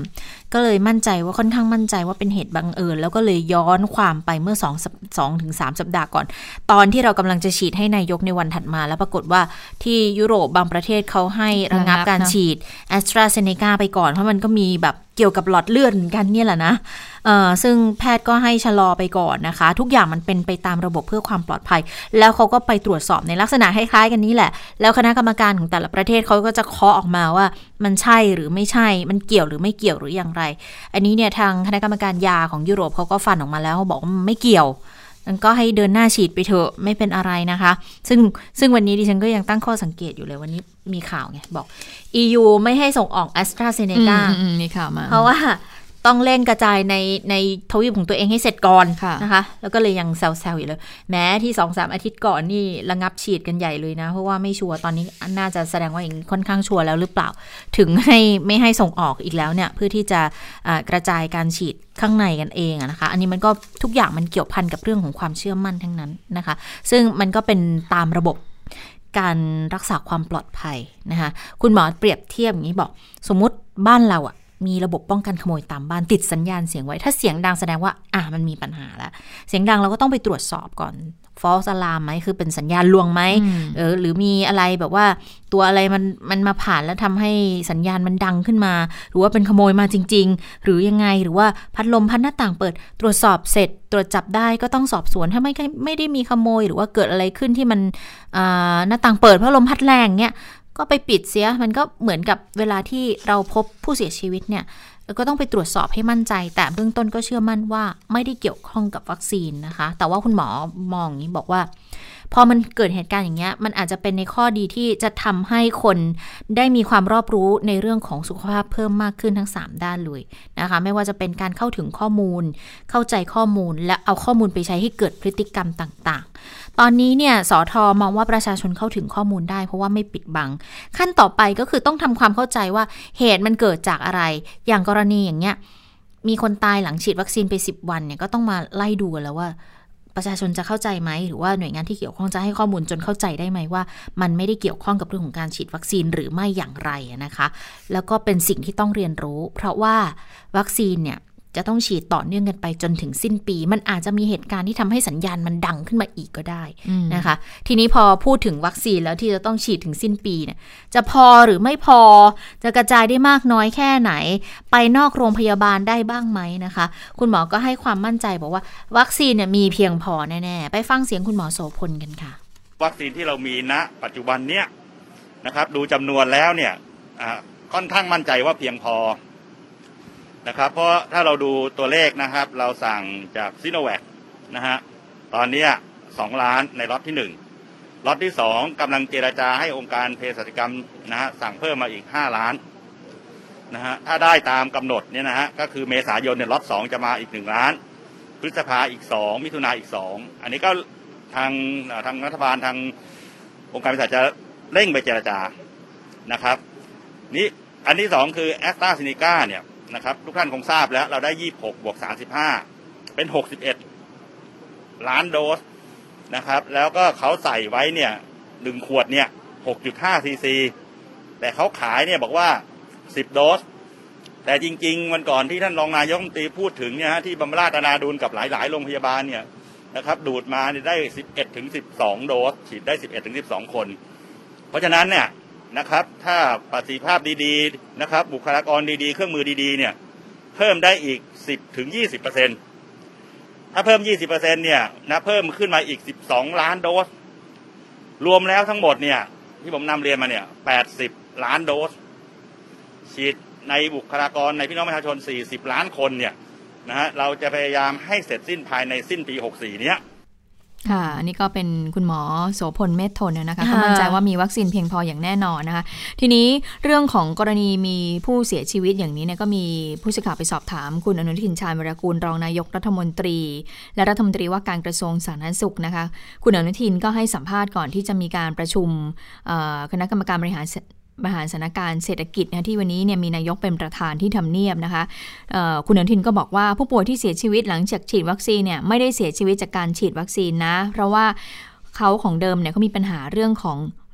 ก็เลยมั่นใจว่าค่อนข้างมั่นใจว่าเป็นเหตุบังเอิญแล้วก็เลยย้อนความไปเมื่อสอง สองถึงสามสัปดาห์ก่อนตอนที่เรากำลังจะฉีดให้นายกในวันถัดมาแล้วปรากฏว่าที่ยุโรปบางประเทศเขาให้ระงับการฉีด AstraZeneca ไปก่อนเพราะมันก็มีแบบเกี่ยวกับหลอดเลือดเหมือนกันเนี่ยแหละนะเอ่อซึ่งแพทย์ก็ให้ชะลอไปก่อนนะคะทุกอย่างมันเป็นไปตามระบบเพื่อความปลอดภัยแล้วเขาก็ไปตรวจสอบในลักษณะคล้ายๆกันนี้แหละแล้วคณะกรรมการของแต่ละประเทศเขาก็จะเคาะออกมาว่ามันใช่หรือไม่ใช่มันเกี่ยวหรือไม่เกี่ยวหรืออย่างไรอันนี้เนี่ยทางคณะกรรมการยาของยุโรปเขาก็ฟันออกมาแล้วเขาบอกว่าไม่เกี่ยวก็ให้เดินหน้าฉีดไปเถอะไม่เป็นอะไรนะคะซึ่งซึ่งวันนี้ดิฉันก็ยังตั้งข้อสังเกตอยู่เลยวันนี้มีข่าวไงบอก อี ยู ไม่ให้ส่งออก AstraZeneca มีข่าวมาเพราะว่าต้องเล่นกระจายในในทวีปของตัวเองให้เสร็จก่อนนะคะแล้วก็เลยยังแซวๆอยู่เลยแม้ที่ สองถึงสาม อาทิตย์ก่อนนี่ระงับฉีดกันใหญ่เลยนะเพราะว่าไม่ชัวร์ตอนนี้น่าจะแสดงว่าอย่างค่อนข้างชัวร์แล้วหรือเปล่าถึงให้ไม่ให้ส่งออกอีกแล้วเนี่ยเพื่อที่จะกระจายการฉีดข้างในกันเองนะคะอันนี้มันก็ทุกอย่างมันเกี่ยวพันกับเรื่องของความเชื่อมั่นทั้งนั้นนะคะซึ่งมันก็เป็นตามระบบการรักษาความปลอดภัยนะคะคุณหมอเปรียบเทียบอย่างนี้บอกสมมุติบ้านเราอะมีระบบป้องกันขโมยตามบ้านติดสัญญาณเสียงไว้ถ้าเสียงดังแสดงว่าอ่ะมันมีปัญหาแล้วเสียงดังเราก็ต้องไปตรวจสอบก่อน false alarm ไหมคือเป็นสัญญาณลวงไหมเออหรือมีอะไรแบบว่าตัวอะไรมันมันมาผ่านแล้วทำให้สัญญาณมันดังขึ้นมาหรือว่าเป็นขโมยมาจริงๆหรือยังไงหรือว่าพัดลมพัดหน้าต่างเปิดตรวจสอบเสร็จตรวจจับได้ก็ต้องสอบสวนถ้าไม่ไม่ได้มีขโมยหรือว่าเกิดอะไรขึ้นที่มันอ่าหน้าต่างเปิดพัดลมพัดแรงเนี้ยก็ไปปิดเสียมันก็เหมือนกับเวลาที่เราพบผู้เสียชีวิตเนี่ยก็ต้องไปตรวจสอบให้มั่นใจแต่เบื้องต้นก็เชื่อมั่นว่าไม่ได้เกี่ยวข้องกับวัคซีนนะคะแต่ว่าคุณหมอมองอย่างนี้บอกว่าพอมันเกิดเหตุการณ์อย่างเงี้ยมันอาจจะเป็นในข้อดีที่จะทำให้คนได้มีความรอบรู้ในเรื่องของสุขภาพเพิ่มมากขึ้นทั้งสามด้านเลยนะคะไม่ว่าจะเป็นการเข้าถึงข้อมูลเข้าใจข้อมูลและเอาข้อมูลไปใช้ให้เกิดพฤติกรรมต่างๆตอนนี้เนี่ยสทมองว่าประชาชนเข้าถึงข้อมูลได้เพราะว่าไม่ปิดบังขั้นต่อไปก็คือต้องทำความเข้าใจว่าเหตุมันเกิดจากอะไรอย่างกรณีอย่างเงี้ยมีคนตายหลังฉีดวัคซีนไปสิบวันเนี่ยก็ต้องมาไล่ดูแล้วว่าประชาชนจะเข้าใจไหมหรือว่าหน่วยงานที่เกี่ยวข้องจะให้ข้อมูลจนเข้าใจได้ไหมว่ามันไม่ได้เกี่ยวข้องกับเรื่องของการฉีดวัคซีนหรือไม่อย่างไรนะคะแล้วก็เป็นสิ่งที่ต้องเรียนรู้เพราะว่าวัคซีนเนี่ยจะต้องฉีดต่อเนื่องกันไปจนถึงสิ้นปีมันอาจจะมีเหตุการณ์ที่ทำให้สัญญาณมันดังขึ้นมาอีกก็ได้นะคะทีนี้พอพูดถึงวัคซีนแล้วที่จะต้องฉีดถึงสิ้นปีเนี่ยจะพอหรือไม่พอจะกระจายได้มากน้อยแค่ไหนไปนอกโรงพยาบาลได้บ้างไหมนะคะคุณหมอก็ให้ความมั่นใจบอกว่าวัคซีนเนี่ยมีเพียงพอแน่ๆไปฟังเสียงคุณหมอโสพลกันค่ะวัคซีนที่เรามีณปัจจุบันเนี้ยนะครับดูจำนวนแล้วเนี่ยค่อนข้างมั่นใจว่าเพียงพอนะครับเพราะถ้าเราดูตัวเลขนะครับเราสั่งจากซิโนแวคนะฮะตอนนี้สองล้านในล็อตที่หนึ่งล็อตที่สองกำลังเจรจาให้องค์การเภสัชกรรมนะฮะสั่งเพิ่มมาอีกห้าล้านนะฮะถ้าได้ตามกำหนดเนี่ยนะฮะก็คือเมษายนเนี่ยล็อตสองจะมาอีกหนึ่งล้านพฤษภาอีกสองมิถุนาอีกสองอันนี้ก็ทางทางรัฐบาลทางองค์การเภสัชจะเร่งไปเจรจานะครับนี่อันที่สองคือแอสตราเซเนกาเนี่ยนะครับทุกท่านคงทราบแล้วเราได้ยี่สิบหกบวกสามสิบห้าเป็นหกสิบเอ็ดล้านโดสนะครับแล้วก็เขาใส่ไว้เนี่ยหนึ่งขวดเนี่ย หกจุดห้า ซีซีแต่เขาขายเนี่ยบอกว่าสิบโดสแต่จริงๆวันก่อนที่ท่านรองนายกรัฐมนตรีพูดถึงเนี่ยฮะที่บำราศนาดูลกับหลายๆโรงพยาบาลเนี่ยนะครับดูดมาได้สิบเอ็ดถึงสิบสองโดสฉีดได้สิบเอ็ดถึงสิบสองคนเพราะฉะนั้นเนี่ยนะครับถ้าประสิทธิภาพดีๆนะครับบุคลากรดีๆเครื่องมือดีๆเนี่ยเพิ่มได้อีก สิบถึงยี่สิบเปอร์เซ็นต์ ถ้าเพิ่ม ยี่สิบเปอร์เซ็นต์ เนี่ยนะเพิ่มขึ้นมาอีกสิบสองล้านโดสรวมแล้วทั้งหมดเนี่ยที่ผมนำเรียนมาเนี่ยแปดสิบล้านโดสฉีดในบุคลากรในพี่น้องประชาชนสี่สิบล้านคนเนี่ยนะฮะเราจะพยายามให้เสร็จสิ้นภายในสิ้นปีหกสิบสี่เนี้ยค่ะอันนี้ก็เป็นคุณหมอโสพลเมธทนนะคะเขามั่นใจว่ามีวัคซีนเพียงพออย่างแน่นอนนะคะทีนี้เรื่องของกรณีมีผู้เสียชีวิตอย่างนี้เนี่ยก็มีผู้สื่อข่าวไปสอบถามคุณอนุทินชาญวิรากูลรองนายกรัฐมนตรีและรัฐมนตรีว่าการกระทรวงสาธารณสุขนะคะคุณอนุทินก็ให้สัมภาษณ์ก่อนที่จะมีการประชุมคณะกรรมการบริหารบริหารสถานการณ์เศรษฐกิจนะที่วันนี้เนี่ยมีนายกเป็นประธานที่ทำเนียบนะคะคุณอนุทินก็บอกว่าผู้ป่วยที่เสียชีวิตหลังจากฉีดวัคซีนเนี่ยไม่ได้เสียชีวิตจากการฉีดวัคซีนนะเพราะว่าเขาของเดิมเนี่ยเขามีปัญหาเรื่องของ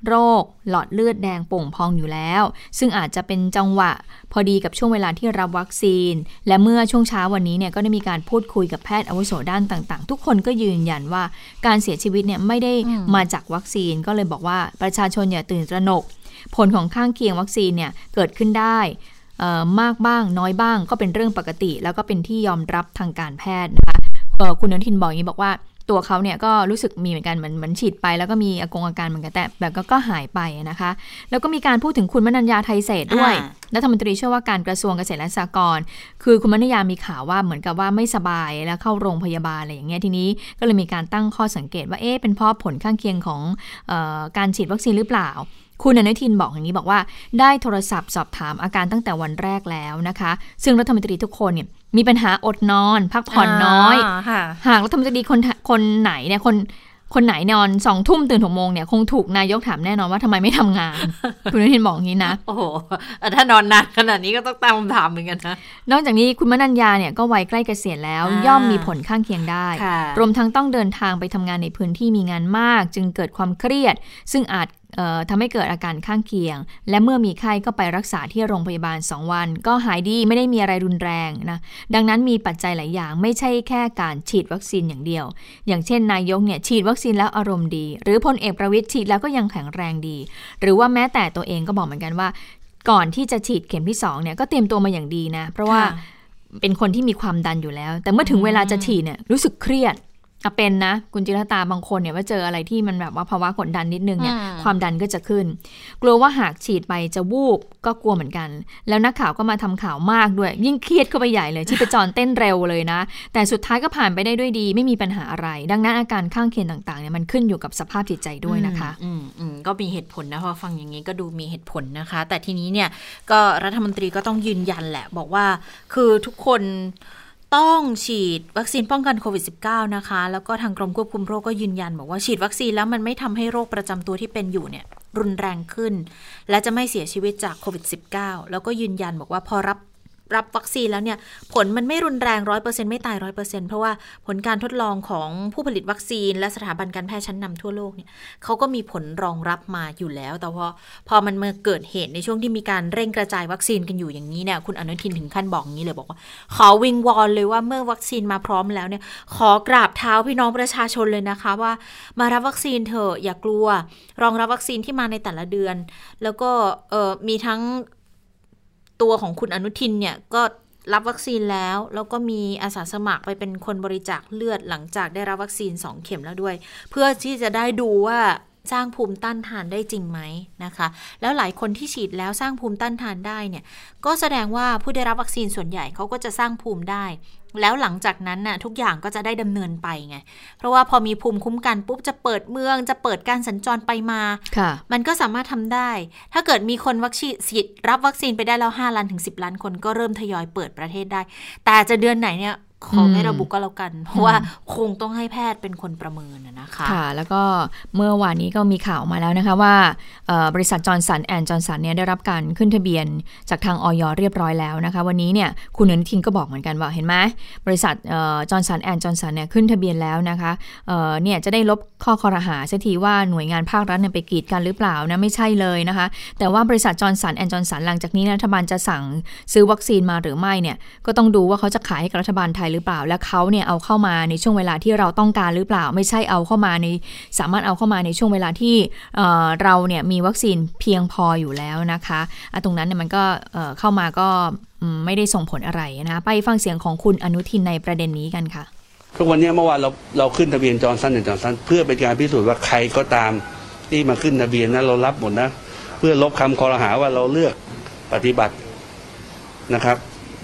โรคหลอดเลือดแดงโป่งพองอยู่แล้วซึ่งอาจจะเป็นจังหวะพอดีกับช่วงเวลาที่รับวัคซีนและเมื่อช่วงเช้าวันนี้เนี่ยก็ได้มีการพูดคุยกับแพทย์อาวุโสด้านต่างๆทุกคนก็ยืนยันว่าการเสียชีวิตเนี่ยไม่ได้มาจากวัคซีนก็เลยบอกว่าประชาชนอย่าตื่นตระหนกผลของข้างเคียงวัคซีนเนี่ยเกิดขึ้นได้มากบ้างน้อยบ้างก็เป็นเรื่องปกติแล้วก็เป็นที่ยอมรับทางการแพทย์นะคะคุณอนุทินบอกอย่างนี้บอกว่าตัวเขาเนี่ยก็รู้สึกมีเหมือนกันเหมือนเหมือนฉีดไปแล้วก็มีอากงอาการเหมือนกันแต่แบบก็หายไปนะคะแล้วก็มีการพูดถึงคุณมนัญญาไทยเศรษฐ์ด้วยรัฐมนตรีช่วยว่าการกระทรวงเกษตรและสหกรณ์คือคุณมนัญญามีข่าวว่าเหมือนกับว่าไม่สบายแล้วเข้าโรงพยาบาลอะไรอย่างเงี้ยทีนี้ก็เลยมีการตั้งข้อสังเกตว่าเอ๊ะเป็นเพราะผลข้างเคียงของเอ่อการฉีดวัคซีนหรือเปล่าคุณอนุทินบอกอย่างนี้บอกว่าได้โทรศัพท์สอบถามอาการตั้งแต่วันแรกแล้วนะคะซึ่งรัฐมนตรีทุกคนเนี่ยมีปัญหาอดนอนพักผ่อนน้อยหากรัฐมนตรีคนคนไหนเนี่ยคนคนไหนนอนสองทุ่มตื่นหกโมงเนี่ยคงถูกนายกถามแน่นอนว่าทำไมไม่ทำงาน คุณอนุทินบอกอย่างนี้นะโอ้โหถ้านอนนานขนาดนี้ก็ต้องตั้งคำถามเหมือนกันนะนอกจากนี้คุณมนัญญาเนี่ยก็วัยใกล้เกษียณแล้วย่อมมีผลข้างเคียงได้รวมทั้งต้องเดินทางไปทำงานในพื้นที่มีงานมากจึงเกิดความเครียดซึ่งอาจทำให้เกิดอาการข้างเคียงและเมื่อมีไข้ก็ไปรักษาที่โรงพยาบาลสองวันก็หายดีไม่ได้มีอะไรรุนแรงนะดังนั้นมีปัจจัยหลายอย่างไม่ใช่แค่การฉีดวัคซีนอย่างเดียวอย่างเช่นนายกเนี่ยฉีดวัคซีนแล้วอารมณ์ดีหรือพลเอกประวิตรฉีดแล้วก็ยังแข็งแรงดีหรือว่าแม้แต่ตัวเองก็บอกเหมือนกันว่าก่อนที่จะฉีดเข็มที่สองเนี่ยก็เตรียมตัวมาอย่างดีนะเพราะว่าเป็นคนที่มีความดันอยู่แล้วแต่เมื่อถึงเวลาจะฉีดเนี่ยรู้สึกเครียดเป็นนะคุณจิรตาบางคนเนี่ยว่าเจออะไรที่มันแบบว่าภาวะกดดันนิดนึงเนี่ยความดันก็จะขึ้นกลัวว่าหากฉีดไปจะวูบก็กลัวเหมือนกันแล้วนักข่าวก็มาทำข่าวมากด้วยยิ่งเครียดเข้าไปใหญ่เลยที่ไปจอนเต้นเร็วเลยนะแต่สุดท้ายก็ผ่านไปได้ด้วยดีไม่มีปัญหาอะไรดังนั้นอาการข้างเคียงต่างๆเนี่ยมันขึ้นอยู่กับสภาพจิตใจด้วยนะคะอืมอืมก็มีเหตุผลนะพอฟังอย่างนี้ก็ดูมีเหตุผลนะคะแต่ทีนี้เนี่ยก็รัฐมนตรีก็ต้องยืนยันแหละบอกว่าคือทุกคนต้องฉีดวัคซีนป้องกันโควิด สิบเก้า นะคะแล้วก็ทางกรมควบคุมโรคก็ยืนยันบอกว่าฉีดวัคซีนแล้วมันไม่ทำให้โรคประจำตัวที่เป็นอยู่เนี่ยรุนแรงขึ้นและจะไม่เสียชีวิตจากโควิด สิบเก้า แล้วก็ยืนยันบอกว่าพอรับรับวัคซีนแล้วเนี่ยผลมันไม่รุนแรง ร้อยเปอร์เซ็นต์ ไม่ตาย ร้อยเปอร์เซ็นต์ เพราะว่าผลการทดลองของผู้ผลิตวัคซีนและสถาบันการแพทย์ชั้นนำทั่วโลกเนี่ยเขาก็มีผลรองรับมาอยู่แล้วแต่พอพอมันมาเกิดเหตุในช่วงที่มีการเร่งกระจายวัคซีนกันอยู่อย่างนี้เนี่ยคุณอนุทินถึงขั้นบอกอย่างนี้เลยบอกว่าขอวิงวอนเลยว่าเมื่อวัคซีนมาพร้อมแล้วเนี่ยขอกราบเท้าพี่น้องประชาชนเลยนะคะว่ามารับวัคซีนเถอะอย่ากลัวรองรับวัคซีนที่มาในแต่ละเดือนแล้วก็เอ่อมีทั้งตัวของคุณอนุทินเนี่ยก็รับวัคซีนแล้วแล้วก็มีอาสาสมัครไปเป็นคนบริจาคเลือดหลังจากได้รับวัคซีนสองเข็มแล้วด้วยเพื่อที่จะได้ดูว่าสร้างภูมิต้านทานได้จริงไหมนะคะแล้วหลายคนที่ฉีดแล้วสร้างภูมิต้านทานได้เนี่ยก็แสดงว่าผู้ได้รับวัคซีนส่วนใหญ่เขาก็จะสร้างภูมิได้แล้วหลังจากนั้นน่ะทุกอย่างก็จะได้ดำเนินไปไงเพราะว่าพอมีภูมิคุ้มกันปุ๊บจะเปิดเมืองจะเปิดการสัญจรไปมามันก็สามารถทำได้ถ้าเกิดมีคนวัคซีนฉีดรับวัคซีนไปได้แล้วห้าล้านถึงสิบล้านคนก็เริ่มทยอยเปิดประเทศได้แต่จะเดือนไหนเนี่ยขอไม่ระบุก็แล้วกันเพราะว่าคงต้องให้แพทย์เป็นคนประเมินนะคะค่ะแล้วก็เมื่อวานนี้ก็มีข่าวมาแล้วนะคะว่าบริษัทจอห์นสันแอนด์จอห์นสันเนี่ยได้รับการขึ้นทะเบียนจากทางอย.เรียบร้อยแล้วนะคะวันนี้เนี่ยคุณอนุทินก็บอกเหมือนกันว่าเห็นไหมบริษัทจอห์นสันแอนด์จอห์นสันเนี่ยขึ้นทะเบียนแล้วนะคะเนี่ยจะได้ลบข้อคอรหาสักทีว่าหน่วยงานภาครัฐเนี่ยไปกีดกันหรือเปล่านะไม่ใช่เลยนะคะแต่ว่าบริษัทจอห์นสันแอนด์จอห์นสันหลังจากนี้รัฐบาลจะสั่งซื้อวัคซีนมาหรือไม่เนี่ยก็ต้องดูว่าเขาจะขายให้กับรัฐบาลไทยหรือเปล่าและเขาเนี่ยเอาเข้ามาในช่วงเวลาที่เราต้องการหรือเปล่าไม่ใช่เอาเข้ามาในสามารถเอาเข้ามาในช่วงเวลาที่เอ่อเราเนี่ยมีวัคซีนเพียงพออยู่แล้วนะคะอ่ะตรงนั้นเนี่ยมันก็เอ่อเข้ามาก็ไม่ได้ส่งผลอะไรนะคะไปฟังเสียงของคุณอนุทินในประเด็นนี้กันค่ะทุกวันนี้เมื่อวานเราเราขึ้นทะเบียนจอห์นสันแอนด์จอห์นสันเพื่อเป็นการพิสูจน์ว่าใครก็ตามที่มาขึ้นทะเบียนนะเรารับหมดนะเพื่อลบคำคอรหาว่าเราเลือกปฏิบัตินะครับ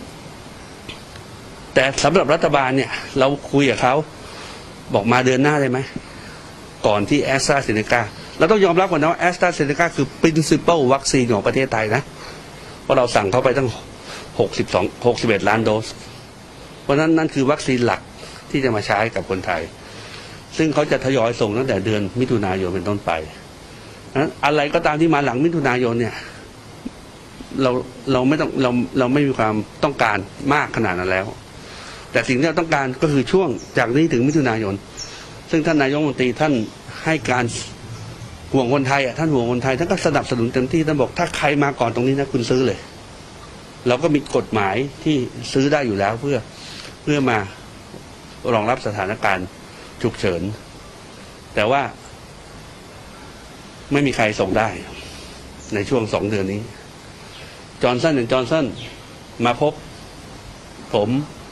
แต่สำหรับรัฐบาลเนี่ยเราคุยกับเขาบอกมาเดือนหน้าได้ไหมก่อนที่แอสตราเซเนกาเราต้องยอมรับก่อนนะว่าแอสตราเซเนกาคือ principal วัคซีนของประเทศไทยนะเพราะเราสั่งเขาไปตั้งหกสิบสอง หกสิบเอ็ดล้านโดสเพราะนั้นนั่นคือวัคซีนหลักที่จะมาใช้กับคนไทยซึ่งเขาจะทยอยส่งตั้งแต่เดือนมิถุนายนเป็นต้นไปนั้นอะไรก็ตามที่มาหลังมิถุนายนเนี่ยเราเราไม่ต้องเราเราไม่มีความต้องการมากขนาดนั้นแล้วแต่สิ่งที่เราต้องการก็คือช่วงจากนี้ถึงมิถุนายนซึ่งท่านนายกรัฐมนตรีท่านให้การห่วงคนไทยอ่ะท่านห่วงคนไทยท่านก็สนับสนุนเต็มที่ท่านบอกถ้าใครมาก่อนตรงนี้นะคุณซื้อเลยเราก็มีกฎหมายที่ซื้อได้อยู่แล้วเพื่อเพื่อมารองรับสถานการณ์ฉุกเฉินแต่ว่าไม่มีใครส่งได้ในช่วงสองเดือนนี้จอห์นสันแอนด์จอห์นสันมาพบผม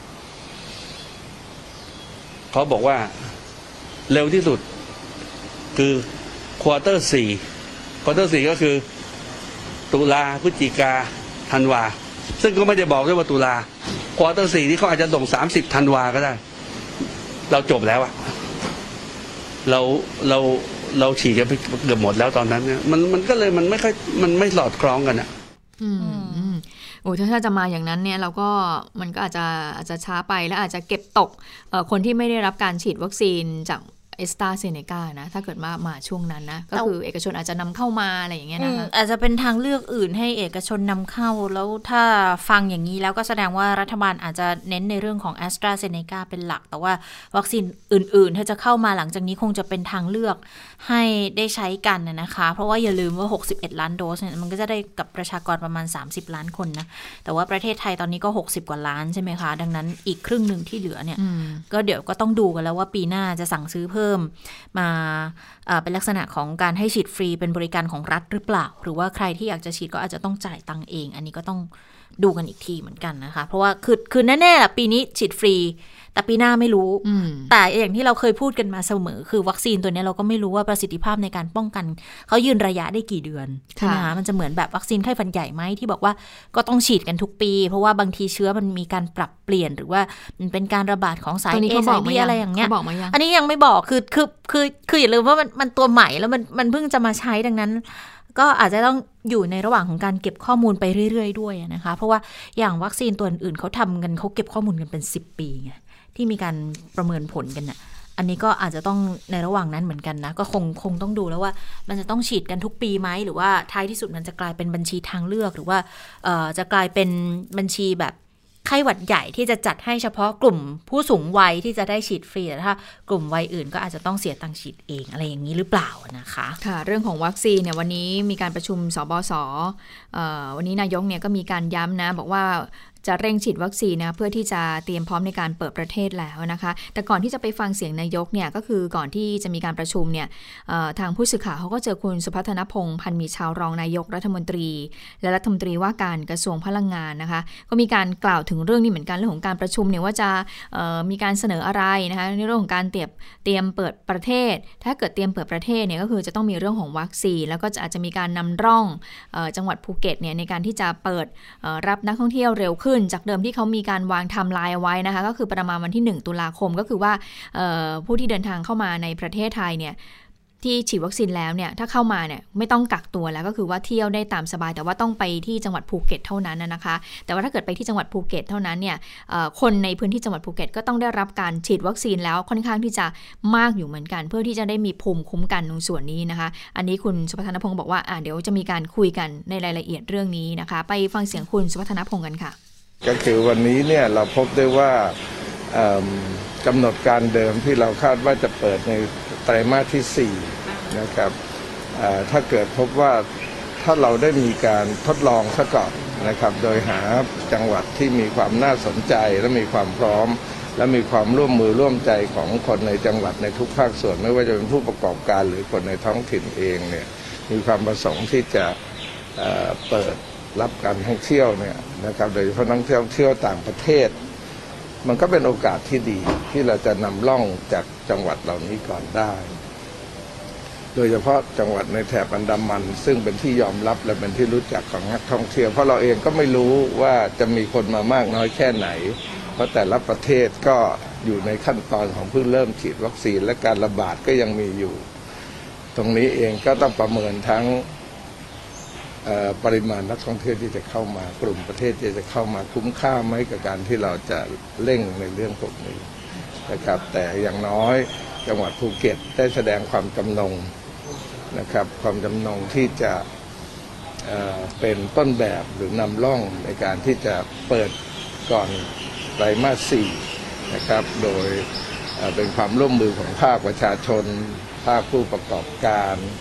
เขาบอกว่าเร็วที่สุดคือควอเตอร์สี่ควอเตอร์สี่ก็คือตุลาพฤศจิกาธันวาซึ่งก็ไม่ได้บอกด้วยว่าตุลาควอเตอร์สี่ที่เขาอาจจะส่งสามสิบธันวาก็ได้เราจบแล้วอะเราเราเราฉีดกันไปเกือบหมดแล้วตอนนั้นเนี่ยมันมันก็เลยมันไม่ค่อยมันไม่สอดคล้องกันอะอืมโอ้ถ้าจะมาอย่างนั้นเนี่ยเราก็มันก็อาจจะอาจจะช้าไปและอาจจะเก็บตกเอ่อคนที่ไม่ได้รับการฉีดวัคซีนจากเอสตราเซเนกานะถ้าเกิดมามาช่วงนั้นนะก็คือเอกชนอาจจะนำเข้ามาอะไรอย่างเงี้ยนะคะอาจจะเป็นทางเลือกอื่นให้เอกชนนำเข้าแล้วถ้าฟังอย่างนี้แล้วก็แสดงว่ารัฐบาลอาจจะเน้นในเรื่องของแอสตราเซเนกาเป็นหลักแต่ว่าวัคซีนอื่นๆถ้าจะเข้ามาหลังจากนี้คงจะเป็นทางเลือกให้ได้ใช้กันนะคะเพราะว่าอย่าลืมว่าหกสิบเอ็ดล้านโดสเนี่ยมันก็จะได้กับประชากรประมาณสามสิบล้านคนนะแต่ว่าประเทศไทยตอนนี้ก็หกสิบกว่าล้านใช่ไหมคะดังนั้นอีกครึ่งนึงที่เหลือเนี่ยก็เดี๋ยวก็ต้องดูกันแล้วว่าปีหน้าจะสั่งซื้อเพิ่มมาเป็นลักษณะของการให้ฉีดฟรีเป็นบริการของรัฐหรือเปล่าหรือว่าใครที่อยากจะฉีดก็อาจจะต้องจ่ายตังค์เองอันนี้ก็ต้องดูกันอีกทีเหมือนกันนะคะเพราะว่าคือคือแน่ๆแหละปีนี้ฉีดฟรีแต่ปีหน้าไม่รู้แต่อย่างที่เราเคยพูดกันมาเสมอคือวัคซีนตัวนี้เราก็ไม่รู้ว่าประสิทธิภาพในการป้องกันเขายืนระยะได้กี่เดือนนะคะมันจะเหมือนแบบวัคซีนไข้หวัดใหญ่ไหมที่บอกว่าก็ต้องฉีดกันทุกปีเพราะว่าบางทีเชื้อมันมีการปรับเปลี่ยนหรือว่ามันเป็นการระบาดของสาย A สาย B อะไรอย่างเงี้ยอันนี้ยังไม่บอกคือคือคือคืออย่าลืมว่ามันมันตัวใหม่แล้วมันมันเพิ่งจะมาใช้ดังนั้นก็อาจจะต้องอยู่ในระหว่างของการเก็บข้อมูลไปเรื่อยๆด้วยนะคะเพราะว่าอย่างวัคซีนตัวอื่นเขาทำกันเขาเก็บข้อมูลกันเป็นสิบปีไงที่มีการประเมินผลกันน่ะอันนี้ก็อาจจะต้องในระหว่างนั้นเหมือนกันนะก็คงคงต้องดูแล้วว่ามันจะต้องฉีดกันทุกปีไหมหรือว่าท้ายที่สุดมันจะกลายเป็นบัญชีทางเลือกหรือว่าเอ่อจะกลายเป็นบัญชีแบบไข้หวัดใหญ่ที่จะจัดให้เฉพาะกลุ่มผู้สูงวัยที่จะได้ฉีดฟรีแต่ถ้ากลุ่มวัยอื่นก็อาจจะต้องเสียตังค์ฉีดเองอะไรอย่างนี้หรือเปล่านะคะค่ะเรื่องของวัคซีนเนี่ยวันนี้มีการประชุมสบสเอ่อวันนี้นายกเนี่ยก็มีการย้ำนะบอกว่าจะเร่งฉีดวัคซีนนะเพื่อที่จะเตรียมพร้อมในการเปิดประเทศแล้วนะคะแต่ก่อนที่จะไปฟังเสียงนายกเนี่ยก็คือก่อนที่จะมีการประชุมเนี่ยทางผู้สื่อข่าวเขาก็เจอคุณสุพัฒนพงษ์พันมีชาวรองนายกรัฐมนตรีและรัฐมนตรีว่าการกระทรวงพลังงานนะคะก็มีการกล่าวถึงเรื่องนี้เหมือนกันเรื่องของการประชุมเนี่ยว่าจะมีการเสนออะไรนะคะในเรื่องของการเตรียมเตรียมเปิดประเทศถ้าเกิดเตรียมเปิดประเทศเนี่ยก็คือจะต้องมีเรื่องของวัคซีนแล้วก็อาจจะมีการนำร่องจังหวัดภูเก็ตเนี่ยในการที่จะเปิดรับนักท่องเที่ยวเร็วขึ้นจากเดิมที่เขามีการวางไทม์ไลน์เอาไว้นะคะก็คือประมาณวันที่หนึ่งตุลาคมก็คือว่าผู้ที่เดินทางเข้ามาในประเทศไทยเนี่ยที่ฉีดวัคซีนแล้วเนี่ยถ้าเข้ามาเนี่ยไม่ต้องกักตัวแล้วก็คือว่าเที่ยวได้ตามสบายแต่ว่าต้องไปที่จังหวัดภูเก็ตเท่านั้นนะคะแต่ว่าถ้าเกิดไปที่จังหวัดภูเก็ตเท่านั้นเนี่ยคนในพื้นที่จังหวัดภูเก็ตก็ต้องได้รับการฉีดวัคซีนแล้วค่อนข้างที่จะมากอยู่เหมือนกันเพื่อที่จะได้มีภูมิคุ้มกันตรงส่วนนี้นะคะอันนี้คุณสุพัฒนพงศ์บอกว่าอ่ะเดี๋ยวจะมีการคุยกันในรายละเอียดเรื่องนี้นะคะไปฟังเสียงคุณสุพัฒนพงศ์กันค่ะก็คือวันนี้เนี่ยเราพบได้ว่ากำหนดการเดิมที่เราคาดว่าจะเปิดในไตรมาสที่สี่นะครับถ้าเกิดพบว่าถ้าเราได้มีการทดลองซะก่อนนะครับโดยหาจังหวัดที่มีความน่าสนใจและมีความพร้อมและมีความร่วมมือร่วมใจของคนในจังหวัดในทุกภาคส่วนไม่ว่าจะเป็นผู้ประกอบการหรือคนในท้องถิ่นเองเนี่ยมีความประสงค์ที่จะเปิดรับการท่องเที่ยวเนี่ยนะครับโดยเฉพาะนักท่องเที่ยวต่างประเทศมันก็เป็นโอกาสที่ดีที่เราจะนำร่องจากจังหวัดเหล่านี้ก่อนได้โดยเฉพาะจังหวัดในแถบอันดามันซึ่งเป็นที่ยอมรับและเป็นที่รู้จักของนักท่องเที่ยวเพราะเราเองก็ไม่รู้ว่าจะมีคนมามากน้อยแค่ไหนเพราะแต่ละประเทศก็อยู่ในขั้นตอนของเพิ่งเริ่มฉีดวัคซีนและการระบาดก็ยังมีอยู่ตรงนี้เองก็ต้องประเมินทั้งปริมาณนักท่องเที่ยวที่จะเข้ามากลุ่มประเทศที่จะเข้ามาคุ้มค่าไหมกับการที่เราจะเร่งในเรื่องพวกนี้นะครับแต่อย่างน้อยจังหวัดภูเก็ตได้แสดงความจำนงนะครับความจำนงที่จะเอ่อเป็นต้นแบบหรือนำร่องในการที่จะเปิดก่อนไตรมาสสี่นะครับโดยเป็นความร่วมมือของภาคประชาชนภาคผู้ประกอบการ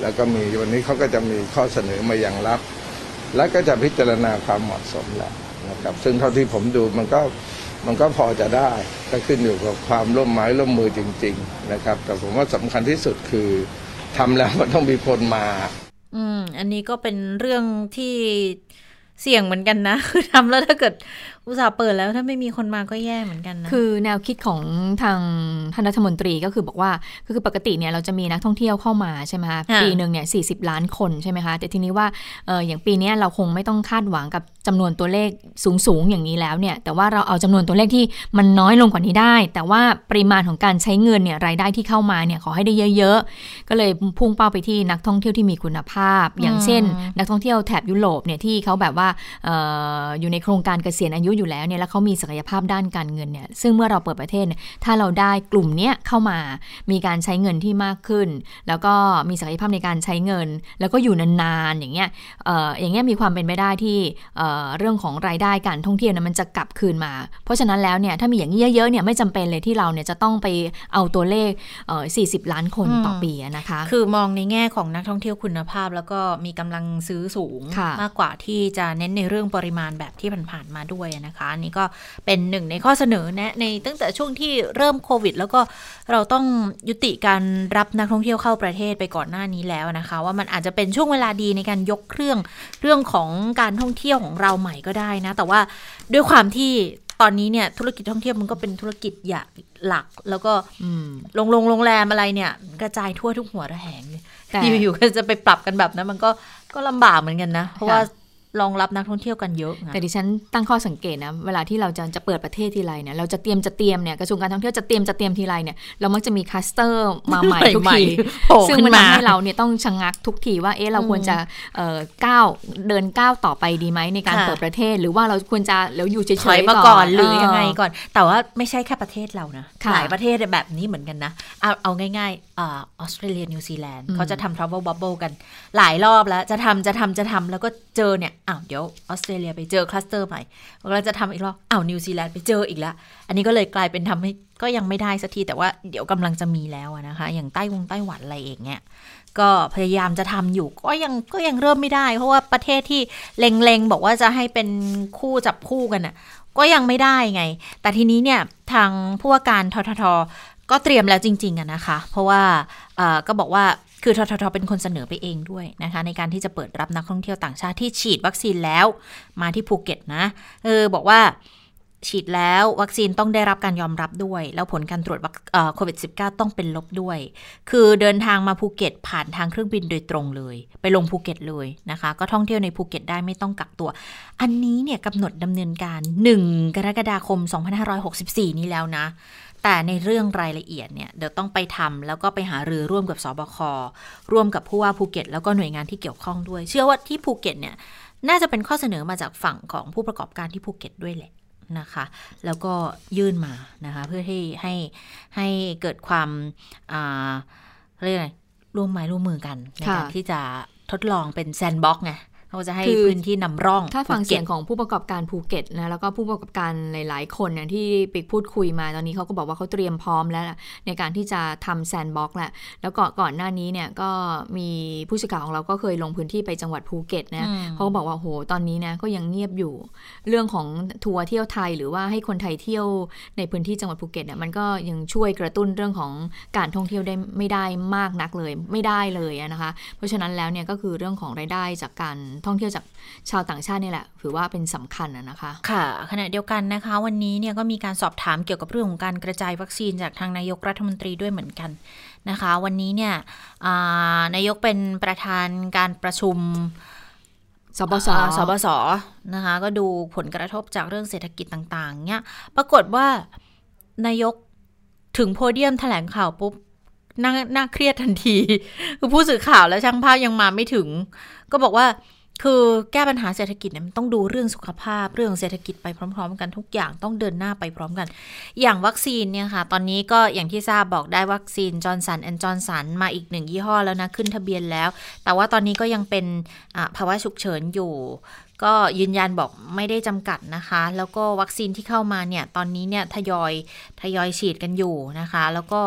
แล้วก็มีวันนี้เขาก็จะมีข้อเสนอมาอย่างรับและก็จะพิจารณาความเหมาะสมแหละนะครับซึ่งเท่าที่ผมดูมันก็มันก็พอจะได้ก็ขึ้นอยู่กับความร่วมไม้ร่วมมือจริงๆนะครับแต่ผมว่าสำคัญที่สุดคือทำแล้วมันต้องมีคนมาอืมอันนี้ก็เป็นเรื่องที่เสี่ยงเหมือนกันนะคือทำแล้วถ้าเกิดอุตส่าห์เปิดแล้วถ้าไม่มีคนมาก็แย่เหมือนกันนะคือแนวคิดของทางท่านรัฐมนตรีก็คือบอกว่าคือปกติเนี่ยเราจะมีนักท่องเที่ยวเข้ามาใช่ไหมคะปีหนึ่งเนี่ยสี่สิบล้านคนใช่ไหมคะแต่ทีนี้ว่าเอออย่างปีนี้เราคงไม่ต้องคาดหวังกับจำนวนตัวเลขสูงๆอย่างนี้แล้วเนี่ยแต่ว่าเราเอาจำนวนตัวเลขที่มันน้อยลงกว่านี้ได้แต่ว่าปริมาณของการใช้เงินเนี่ยรายได้ที่เข้ามาเนี่ยขอให้ได้เยอะๆก็เลยพุ่งเป้าไปที่นักท่องเที่ยวที่มีคุณภาพอย่างเช่นนักท่องเที่ยวแถบยุโรปเนี่ยที่เขาแบบว่าเอ่ออยู่ในโครงการเกษียณอายุอยู่แล้วเนี่ยแล้วเขามีศักยภาพด้านการเงินเนี่ยซึ่งเมื่อเราเปิดประเทศเนี่ยถ้าเราได้กลุ่มเนี้ยเข้ามามีการใช้เงินที่มากขึ้นแล้วก็มีศักยภาพในการใช้เงินแล้วก็อยู่นานๆอย่างเงี้ยเอ่ออย่างเงี้ยมีความเป็นไปได้ที่เอ่อเรื่องของรายได้การท่องเที่ยวเนี่ยมันจะกลับคืนมาเพราะฉะนั้นแล้วเนี่ยถ้ามีอย่างนี้เยอะๆเนี่ยไม่จำเป็นเลยที่เราเนี่ยจะต้องไปเอาตัวเลขเอ่อสี่สิบล้านคนต่อปีนะคะคือมองในแง่ของนักท่องเที่ยวคุณภาพแล้วก็มีกำลังซื้อสูงมากกว่าที่จะเน้นในเรื่องปริมาณแบบที่ผ่านๆมาด้วยนะคะอันนี้ก็เป็นหนึ่งในข้อเสนอแนะในตั้งแต่ช่วงที่เริ่มโควิดแล้วก็เราต้องยุติการรับนักท่องเที่ยวเข้าประเทศไปก่อนหน้านี้แล้วนะคะว่ามันอาจจะเป็นช่วงเวลาดีในการยกเครื่องเรื่องของการท่องเที่ยวของเราใหม่ก็ได้นะแต่ว่าด้วยความที่ตอนนี้เนี่ยธุรกิจท่องเที่ยวมันก็เป็นธุรกิจอย่างหลักแล้วก็โรงโรงแรมอะไรเนี่ยกระจายทั่วทุกหัวระแหงอยู่ๆก็จะไปปรับกันแบบนั้นมันก็ก็ลำบากเหมือนกันนะเพราะว่า รองรับนักท่องเที่ยวกันเยอะแต่ดิฉันตั้งข้อสังเกตนะเวลาที่เราจะจะเปิดประเทศทีไรเนี่ยเราจะเตรียมจะเตรียมเนี่ยกระทรวงการท่องเที่ยวจะเตรียมจะเตรียมทีไรเนี่ยเรามักจะมีคลัสเตอร์มาใหม่ทุกทีซึ่งมันทำให้เราเนี่ยต้องชะงักทุกทีว่าเอ๊ะเราควรจะเอ่อก้าวเดินก้าวต่อไปดีไหมในการเปิดประเทศหรือว่าเราควรจะแล้วอยู่เฉยๆมาก่อนหรือยังไงก่อนแต่ว่าไม่ใช่แค่ประเทศเรานะหลายประเทศแบบนี้เหมือนกันนะเอาเอาง่ายๆออสเตรเลียนิวซีแลนด์เขาจะทำ travel bubble กันหลายรอบแล้วจะทำจะทำจะทำแล้วก็เจอเนี่ยอ้าวเดี๋ยวออสเตรเลียไปเจอคลัสเตอร์ใหม่เราจะทำอีกรอบอ้าวนิวซีแลนด์ไปเจออีกแล้วอันนี้ก็เลยกลายเป็นทำให้ก็ยังไม่ได้สักทีแต่ว่าเดี๋ยวกำลังจะมีแล้วนะคะอย่างไต้วงไต้หวันอะไรเองเนี่ยก็พยายามจะทำอยู่ก็ยังก็ยังเริ่มไม่ได้เพราะว่าประเทศที่เล็งๆบอกว่าจะให้เป็นคู่จับคู่กันน่ะก็ยังไม่ได้ไงแต่ทีนี้เนี่ยทางผู้ว่าการทททก็เตรียมแล้วจริงๆอะนะคะเพราะว่าก็บอกว่าคือทททเป็นคนเสนอไปเองด้วยนะคะในการที่จะเปิดรับนักท่องเที่ยวต่างชาติที่ฉีดวัคซีนแล้วมาที่ภูเก็ตนะเออบอกว่าฉีดแล้ววัคซีนต้องได้รับการยอมรับด้วยแล้วผลการตรวจโควิด สิบเก้า ต้องเป็นลบด้วยคือเดินทางมาภูเก็ตผ่านทางเครื่องบินโดยตรงเลยไปลงภูเก็ตเลยนะคะก็ท่องเที่ยวในภูเก็ตได้ไม่ต้องกักตัวอันนี้เนี่ยกำหนดดำเนินการหนึ่งกรกฎาคมสองพันห้าร้อยหกสิบสี่นี้แล้วนะแต่ในเรื่องรายละเอียดเนี่ยเดี๋ยวต้องไปทำแล้วก็ไปหารือร่วมกับสบคร่วมกับผู้ว่าภูเก็ตแล้วก็หน่วยงานที่เกี่ยวข้องด้วยเชื่อว่าที่ภูเก็ตเนี่ยน่าจะเป็นข้อเสนอมาจากฝั่งของผู้ประกอบการที่ภูเก็ตด้วยแหละนะคะแล้วก็ยื่นมานะคะเพื่อให้ให้ให้เกิดความอ่าเรียกอะไรร่วมไม้ร่วมมือกันในการที่จะทดลองเป็นแซนด์บ็อกซ์ไงเขาจะให้พื้นที่นำร่องถ้าฟังเสียงของผู้ประกอบการภูเก็ตนะแล้วก็ผู้ประกอบการหลายๆคนเนี่ยที่ไปพูดคุยมาตอนนี้เขาก็บอกว่าเขาเตรียมพร้อมแล้วในการที่จะทำแซนด์บ็อกซ์แหละแล้วก่อนก่อนหน้านี้เนี่ยก็มีผู้สื่อข่าวของเราก็เคยลงพื้นที่ไปจังหวัดภูเก็ตนะเขาก็บอกว่าโหตอนนี้นะก็ยังเงียบอยู่เรื่องของทัวร์เที่ยวไทยหรือว่าให้คนไทยเที่ยวในพื้นที่จังหวัดภูเก็ตเนี่ยมันก็ยังช่วยกระตุ้นเรื่องของการท่องเที่ยวได้ไม่ได้มากนักเลยไม่ได้เลยนะคะเพราะฉะนั้นแล้วเนี่ยก็คือเรื่องของรายได้จากการท่องเที่ยวจากชาวต่างชาตินี่แหละถือว่าเป็นสำคัญนะคะค่ะขณะเดียวกันนะคะวันนี้เนี่ยก็มีการสอบถามเกี่ยวกับเรื่องของการกระจายวัคซีนจากทางนายกรัฐมนตรีด้วยเหมือนกันนะคะวันนี้เนี่ยนายกเป็นประธานการประชุมสบสสบสนะคะก็ดูผลกระทบจากเรื่องเศรษฐกิจต่างๆเนี่ยปรากฏว่านายกถึงโพเดียมแถลงข่าวปุ๊บน่าน่าเครียดทันทีคือผู้สื่อข่าวและช่างภาพยังมาไม่ถึงก็บอกว่าคือแก้ปัญหาเศรษฐกิจเนี่ยมันต้องดูเรื่องสุขภาพเรื่องเศรษฐกิจไปพร้อมๆกันทุกอย่างต้องเดินหน้าไปพร้อมกันอย่างวัคซีนเนี่ยค่ะตอนนี้ก็อย่างที่ทราบบอกได้วัคซีนจอห์นสันแอนด์จอห์นสันมาอีกหนึ่งยี่ห้อแล้วนะขึ้นทะเบียนแล้วแต่ว่าตอนนี้ก็ยังเป็นภาวะฉุกเฉินอยู่ก็ยืนยันบอกไม่ได้จำกัดนะคะแล้วก็วัคซีนที่เข้ามาเนี่ยตอนนี้เนี่ยทยอยทยอยฉีดกันอยู่นะคะแล้วก็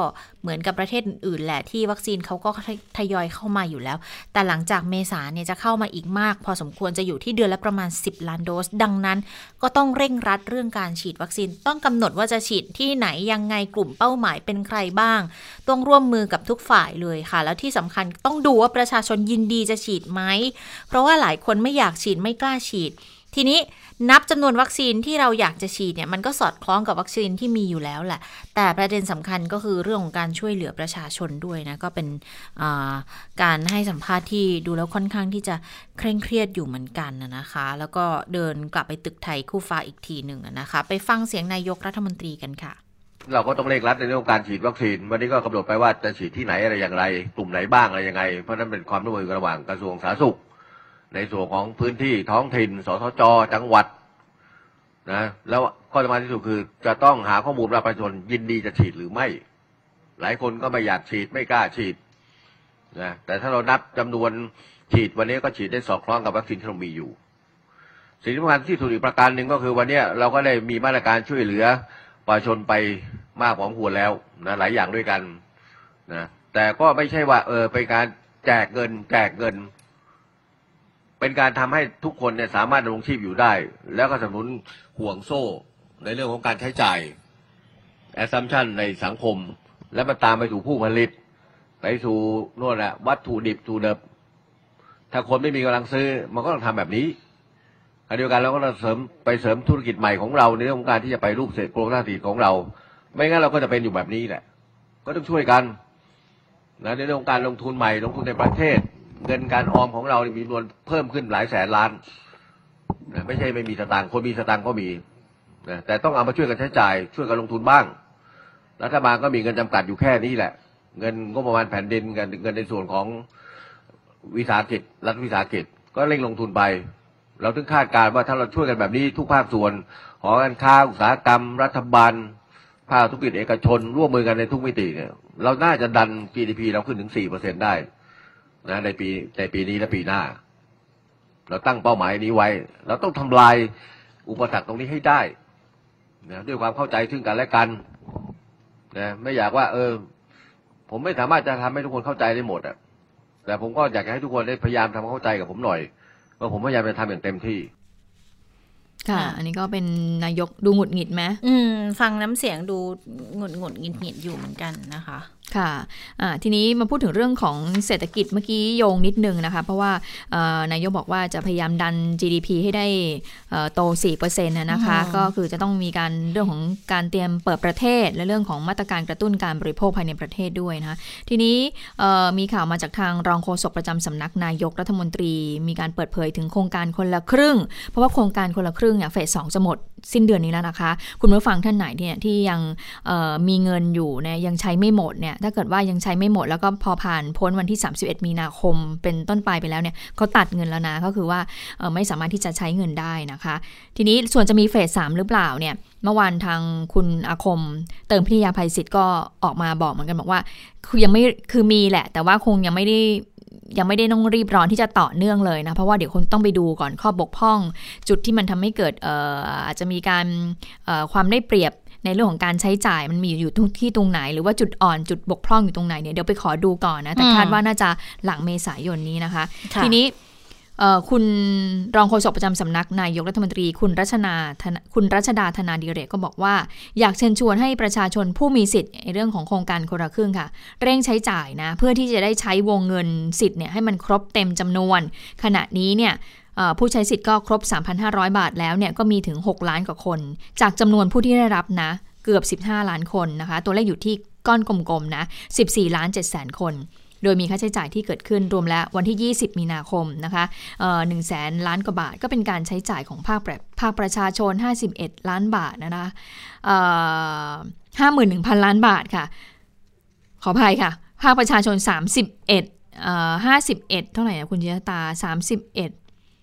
เหมือนกับประเทศอื่นๆแหละที่วัคซีนเขาก็ทยอยเข้ามาอยู่แล้วแต่หลังจากเมษาเนี่ยจะเข้ามาอีกมากพอสมควรจะอยู่ที่เดือนละประมาณสิบล้านโดสดังนั้นก็ต้องเร่งรัดเรื่องการฉีดวัคซีนต้องกำหนดว่าจะฉีดที่ไหนยังไงกลุ่มเป้าหมายเป็นใครบ้างต้องร่วมมือกับทุกฝ่ายเลยค่ะแล้วที่สำคัญต้องดูว่าประชาชนยินดีจะฉีดไหมเพราะว่าหลายคนไม่อยากฉีดไม่กล้าฉีดทีนี้นับจำนวนวัคซีนที่เราอยากจะฉีดเนี่ยมันก็สอดคล้องกับวัคซีนที่มีอยู่แล้วแหละแต่ประเด็นสำคัญก็คือเรื่องของการช่วยเหลือประชาชนด้วยนะก็เป็นการให้สัมภาษณ์ที่ดูแล้วค่อนข้างที่จะเคร่งเครียดอยู่เหมือนกันนะคะแล้วก็เดินกลับไปตึกไทยคู่ฟ้าอีกทีหนึ่งนะคะไปฟังเสียงนายกรัฐมนตรีกันค่ะเราก็ต้องเร่งรัดในเรื่องของการฉีดวัคซีนวันนี้ก็กำหนดไปว่าจะฉีดที่ไหนอะไรอย่างไรกลุ่มไหนบ้างอะไรยังไงเพราะนั้นเป็นความร่วมมือระหว่างกระทรวงสาธารณสุขในส่วนของพื้นที่ท้องถิ่นสทจ.จังหวัดนะแล้วข้อสำคัญที่สุดคือจะต้องหาข้อมูลว่าประชาชนยินดีจะฉีดหรือไม่หลายคนก็ไม่อยากฉีดไม่กล้าฉีดนะแต่ถ้าเรานับจำนวนฉีดวันนี้ก็ฉีดได้สอดคล้องกับวัคซีนที่เรามีอยู่สิ่งที่สำคัญที่สุดอีกประการหนึ่งก็คือวันนี้เราก็ได้มีมาตรการช่วยเหลือประชาชนไปมากพอสมควรแล้วนะหลายอย่างด้วยกันนะแต่ก็ไม่ใช่ว่าเออเป็นการแจกเงินแจกเงินเป็นการทำให้ทุกคนเนี่ยสามารถดำรงชีพอยู่ได้แล้วก็สนับสนุนห่วงโซ่ในเรื่องของการใช้จ่าย assumption ในสังคมและมันตามไปสู่ผู้ผลิตไปสู่โน่นแหละวัตถุดิบสู่เดิมถ้าคนไม่มีกำลังซื้อมันก็ต้องทำแบบนี้ขณะเดียวกันเราก็ต้องเสริมไปเสริมธุรกิจใหม่ของเราในเรื่องของการที่จะไปรูปเศรษฐกิจโครงสร้างเศรษฐกิจของเราไม่งั้นเราก็จะเป็นอยู่แบบนี้แหละก็ต้องช่วยกันนะในเรื่องของการลงทุนใหม่ลงทุนในประเทศเงินการออมของเรามีจำนวนเพิ่มขึ้นหลายแสนล้านนะไม่ใช่ไม่มีสตางค์คนมีสตางค์ก็มีนะแต่ต้องเอามาช่วยกันใช้จ่ายช่วยกันลงทุนบ้างรัฐบาลก็มีเงินจำกัดอยู่แค่นี้แหละเงินงบประมาณแผ่นดินเงินเงินในส่วนของวิสาหกิจรัฐวิสาหกิจก็เร่งลงทุนไปเราถึงคาดการณ์ว่าถ้าเราช่วยกันแบบนี้ทุกภาคส่วนหอการค้าอุตสาหกรรมรัฐบาลภาคธุรกิจเอกชนร่วมมือกันในทุกมิติเนี่ยเราน่าจะดัน จี ดี พี เราขึ้นถึง สี่เปอร์เซ็นต์ ได้นะในปีในปีนี้และปีหน้าเราตั้งเป้าหมายนี้ไว้เราต้องทำลายอุปสรรคตรงนี้ให้ได้นะด้วยความเข้าใจซึ่งกันและกันนะไม่อยากว่าเออผมไม่สามารถจะทำให้ทุกคนเข้าใจได้หมดอ่ะแต่ผมก็อยากให้ทุกคนได้พยายามทำความเข้าใจกับผมหน่อยว่าผมพยายามจะทำอย่างเต็มที่ค่ะอันนี้ก็เป็นนายกดูหงุดหงิดไหมอืมฟังน้ำเสียงดูหงุดหงุดหงิดหงิดอยู่เหมือนกันนะคะค่ะอ่าทีนี้มาพูดถึงเรื่องของเศรษฐกิจเมื่อกี้โยงนิดนึงนะคะเพราะว่านายกบอกว่าจะพยายามดัน จี ดี พี ให้ได้โต สี่เปอร์เซ็นต์ นะคะก็คือจะต้องมีการเรื่องของการเตรียมเปิดประเทศและเรื่องของมาตรการกระตุ้นการบริโภคภายในประเทศด้วยนะคะทีนี้มีข่าวมาจากทางรองโฆษกประจำสำนักนายกรัฐมนตรีมีการเปิดเผยถึงโครงการคนละครึ่งเพราะว่าโครงการคนละครึ่งเนี่ยเฟสสองจะหมดสิ้นเดือนนี้แล้วนะคะคุณผู้ฟังท่านไหนเนี่ยที่ยังมีเงินอยู่เนี่ยยังใช้ไม่หมดเนี่ยถ้าเกิดว่ายังใช้ไม่หมดแล้วก็พอผ่านพ้นวันที่สามสิบเอ็ดมีนาคมเป็นต้นไปไปแล้วเนี่ยเขาตัดเงินแล้วนะก็คือว่าไม่สามารถที่จะใช้เงินได้นะคะทีนี้ส่วนจะมีเฟสสามหรือเปล่าเนี่ยเมื่อวานทางคุณอาคมเติมพิทยาภัยศิษย์ก็ออกมาบอกเหมือนกันบอกว่าคือยังไม่คือมีแหละแต่ว่าคงยังไม่ได้ยังไม่ได้ต้องรีบร้อนที่จะต่อเนื่องเลยนะเพราะว่าเดี๋ยวคนต้องไปดูก่อนข้อบกพร่องจุดที่มันทำให้เกิดเอ่ออาจจะมีการเอ่อความได้เปรียบในเรื่องของการใช้จ่ายมันมีอยู่ที่ตรงไหนหรือว่าจุดอ่อนจุดบกพร่องอยู่ตรงไหนเนี่ยเดี๋ยวไปขอดูก่อนนะแต่คาดว่าน่าจะหลังเมษายนนี้นะคะทีนี้คุณรองโฆษกประจำสำนักนายกรัฐมนตรีคุณรัชนาคุณรัชดาธนาดิเรกก็บอกว่าอยากเชิญชวนให้ประชาชนผู้มีสิทธิ์ในเรื่องของโครงการคนละครึ่งค่ะเร่งใช้จ่ายนะเพื่อที่จะได้ใช้วงเงินสิทธิ์เนี่ยให้มันครบเต็มจำนวนขณะนี้เนี่ยผู้ใช้สิทธิ์ก็ครบ สามพันห้าร้อย บาทแล้วเนี่ยก็มีถึงหกล้านกว่าคนจากจำนวนผู้ที่ได้รับนะเกือบสิบห้าล้านคนนะคะตัวเลขอยู่ที่ก้อนกลมๆนะสิบสี่ล้านเจ็ดแสนคนโดยมีค่าใช้จ่ายที่เกิดขึ้นรวมแล้ววันที่ยี่สิบมีนาคมนะคะเอ่อ หนึ่งแสน ล้านกว่าบาทก็เป็นการใช้จ่ายของภาคภาคประชาชนห้าสิบเอ็ดล้านบาทนะคะเอ่อ ห้าหมื่นหนึ่งพัน ล้านบาทค่ะขออภัยค่ะภาคประชาชนสามสิบเอ็ดเอ่อห้าสิบเอ็ดเท่าไหร่นะคุณจิตตาสามสิบเอ็ด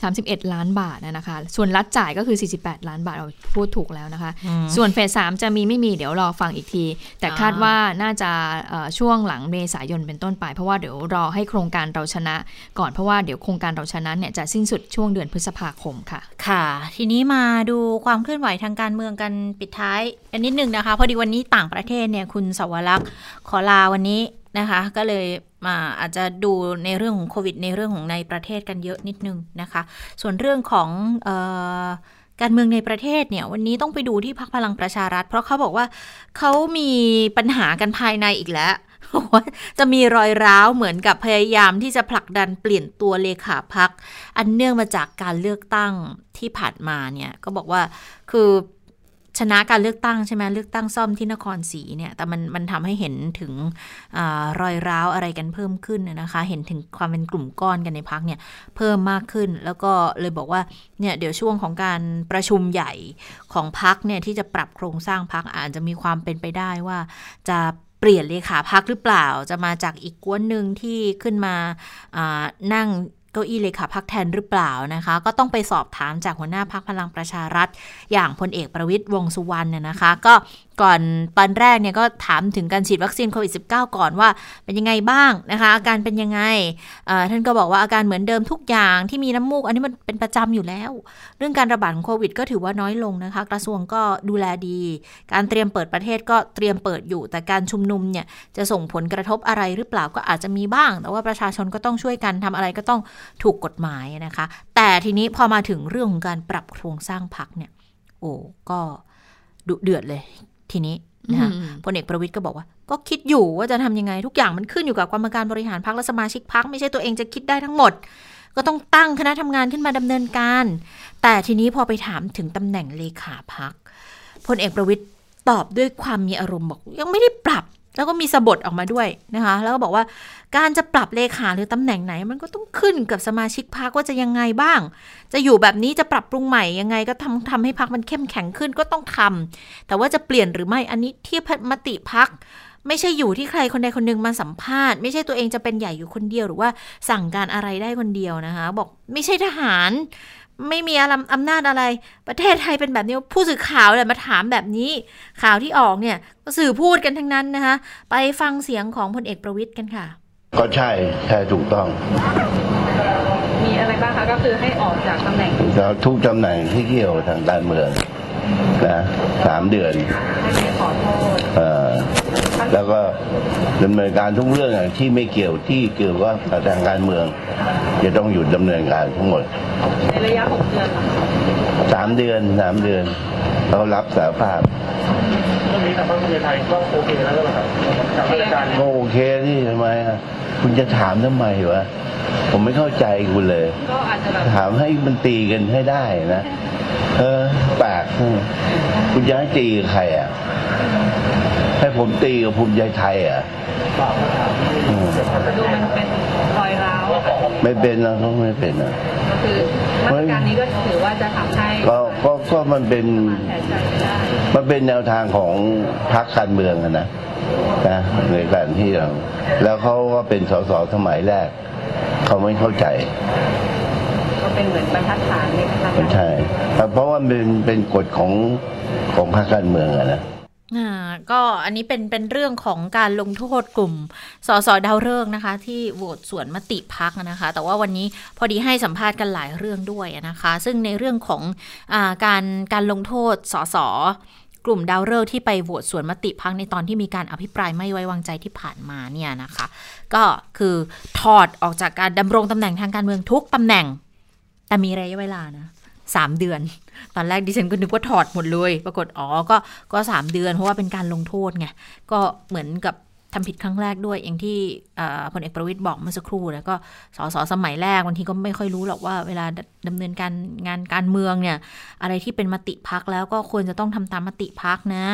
สามสิบเอ็ดล้านบาทนะคะส่วนรัฐจ่ายก็คือสี่สิบแปดล้านบาทเราพูดถูกแล้วนะคะส่วนเฟสสามจะมีไม่มีเดี๋ยวรอฟังอีกทีแต่คาดว่าน่าจะช่วงหลังเมษายนเป็นต้นไปเพราะว่าเดี๋ยวรอให้โครงการเราชนะก่อนเพราะว่าเดี๋ยวโครงการเราชนะเนี่ยจะสิ้นสุดช่วงเดือนพฤษภาคมค่ะค่ะทีนี้มาดูความเคลื่อนไหวทางการเมืองกันปิดท้ายอันนิดนึงนะคะพอดีวันนี้ต่างประเทศเนี่ยคุณสวรักษ์ขอลาวันนี้นะคะก็เลยมาอาจจะดูในเรื่องของโควิดในเรื่องของในประเทศกันเยอะนิดนึงนะคะส่วนเรื่องของเอ่อการเมืองในประเทศเนี่ยวันนี้ต้องไปดูที่พรรคพลังประชารัฐเพราะเขาบอกว่าเขามีปัญหากันภายในอีกแล้วว่าจะมีรอยร้าวเหมือนกับพยายามที่จะผลักดันเปลี่ยนตัวเลขาพรรคอันเนื่องมาจากการเลือกตั้งที่ผ่านมาเนี่ยก็บอกว่าคือชนะการเลือกตั้งใช่ไหมเลือกตั้งซ่อมที่นครศรีเนี่ยแต่มันมันทำให้เห็นถึงอรอยร้าวอะไรกันเพิ่มขึ้นนะคะเห็นถึงความเป็นกลุ่มก้อนกันในพรรคเนี่ยเพิ่มมากขึ้นแล้วก็เลยบอกว่าเนี่ยเดี๋ยวช่วงของการประชุมใหญ่ของพรรคเนี่ยที่จะปรับโครงสร้างพรรคอาจจะมีความเป็นไปได้ว่าจะเปลี่ยนเลขาพรรคหรือเปล่าจะมาจากอีกกวนหนึ่งที่ขึ้นมานั่งเก้าอี้เลขาพรรคแทนหรือเปล่านะคะก็ต้องไปสอบถามจากหัวหน้าพรรคพลังประชารัฐอย่างพลเอกประวิตรวงษ์สุวรรณเนี่ยนะคะก็ก่อนตอนแรกเนี่ยก็ถามถึงการฉีดวัคซีนโควิด สิบเก้า ก่อนว่าเป็นยังไงบ้างนะคะอาการเป็นยังไงท่านก็บอกว่าอาการเหมือนเดิมทุกอย่างที่มีน้ำมูกอันนี้มันเป็นประจำอยู่แล้วเรื่องการระบาดของโควิดก็ถือว่าน้อยลงนะคะกระทรวงก็ดูแลดีการเตรียมเปิดประเทศก็เตรียมเปิดอยู่แต่การชุมนุมเนี่ยจะส่งผลกระทบอะไรหรือเปล่าก็อาจจะมีบ้างแต่ว่าประชาชนก็ต้องช่วยกันทำอะไรก็ต้องถูกกฎหมายนะคะแต่ทีนี้พอมาถึงเรื่องของการปรับโครงสร้างพรรคเนี่ยโอ้ก็ดุเดือดเลยทีนี้นะคะพลเอกประวิตรก็บอกว่าก็คิดอยู่ว่าจะทำยังไงทุกอย่างมันขึ้นอยู่กับกรรมการบริหารพรรคและสมาชิกพรรคไม่ใช่ตัวเองจะคิดได้ทั้งหมดก็ต้องตั้งคณะทำงานขึ้นมาดำเนินการแต่ทีนี้พอไปถามถึงตำแหน่งเลขาพรรคพลเอกประวิตรตอบด้วยความมีอารมณ์บอกยังไม่ได้ปรับแล้วก็มีสบทออกมาด้วยนะคะแล้วก็บอกว่าการจะปรับเลขาหรือตำแหน่งไหนมันก็ต้องขึ้นกับสมาชิกพรรคว่าจะยังไงบ้างจะอยู่แบบนี้จะปรับปรุงใหม่ยังไงก็ทำทำให้พรรคมันเข้มแข็งขึ้นก็ต้องทำแต่ว่าจะเปลี่ยนหรือไม่อันนี้ที่มติพรรคไม่ใช่อยู่ที่ใครคนใดคนหนึ่งมาสัมภาษณ์ไม่ใช่ตัวเองจะเป็นใหญ่อยู่คนเดียวหรือว่าสั่งการอะไรได้คนเดียวนะคะบอกไม่ใช่ทหารไม่มีอำนาจอะไรประเทศไทยเป็นแบบนี้ผู้สื่อข่าวเลยมาถามแบบนี้ข่าวที่ออกเนี่ยก็สื่อพูดกันทั้งนั้นนะคะไปฟังเสียงของพลเอกประวิตรกันค่ะก็ใช่ใช่ถูกต้องมีอะไรบ้างคะก็คือให้ออกจากตำแหน่งทุกตำแหน่งที่เกี่ยวทางการเมืองนะสามเดือนให้ขอโทษเอ่อแล้วก็ดำเนินการทุกเรื่องที่ไม่เกี่ยวที่เกี่ยวกับทางการเมืองจะต้องหยุดดำเนินการทั้งหมดในระยะหกเดือนสามเดือนสามเดือนเรารับสารภาพเรื่องนี้ทางพรรคเพื่อไทยก็โอเคแล้วหรือเปล่าครับกับมาตรการก็โอเคนี่ทำไมอ่ะคุณจะถามทำไมวะผมไม่เข้าใจคุณเลยถามให้มันตีกันให้ได้นะเออปากคุณจะให้ตีกับใครอ่ะให้ผมตีกับภูมิใจไทยอ่ะดูมันเป็นรอยร้าวไม่เป็นนะเขาไม่เป็นนะก็คือมาตรการนี้ก็ถือว่าจะทำให้ก็ก็ก็มันเป็นมันเป็นแนวทางของพรรคการเมืองนะนะในการที่เราแล้วเขาก็เป็นสสสมัยแรกเขาไม่เข้าใจก็เป็นเหมือนบรรทัดฐานในพรรคใช่เพราะว่าเป็นเป็นกฎของของพรรคการเมืองอะนะอ่าก็อันนี้เป็นเป็นเรื่องของการลงโทษกลุ่มสสดาวฤกษ์นะคะที่โหวตสวนมติพรรคนะคะแต่ว่าวันนี้พอดีให้สัมภาษณ์กันหลายเรื่องด้วยนะคะซึ่งในเรื่องของอ่าการการลงโทษสสกลุ่มดาวฤกษ์ที่ไปโหวตสวนมติพรรคในตอนที่มีการอภิปรายไม่ไว้วางใจที่ผ่านมาเนี่ยนะคะก็คือถอดออกจากการดำรงตำแหน่งทางการเมืองทุกตำแหน่งแต่มีระยะเวลานะสามเดือนตอนแรกดิฉันก็นึกว่าถอดหมดเลยปรากฏอ๋อก็ก็สามเดือนเพราะว่าเป็นการลงโทษไงก็เหมือนกับทำผิดครั้งแรกด้วยอย่างที่พลเอกประวิตรบอกเมื่อสักครู่แล้วก็สสสมัยแรกบางทีก็ไม่ค่อยรู้หรอกว่าเวลาดำเนินการงานการเมืองเนี่ยอะไรที่เป็นมติพรรคแล้วก็ควรจะต้องทำตามมติพรรคนะ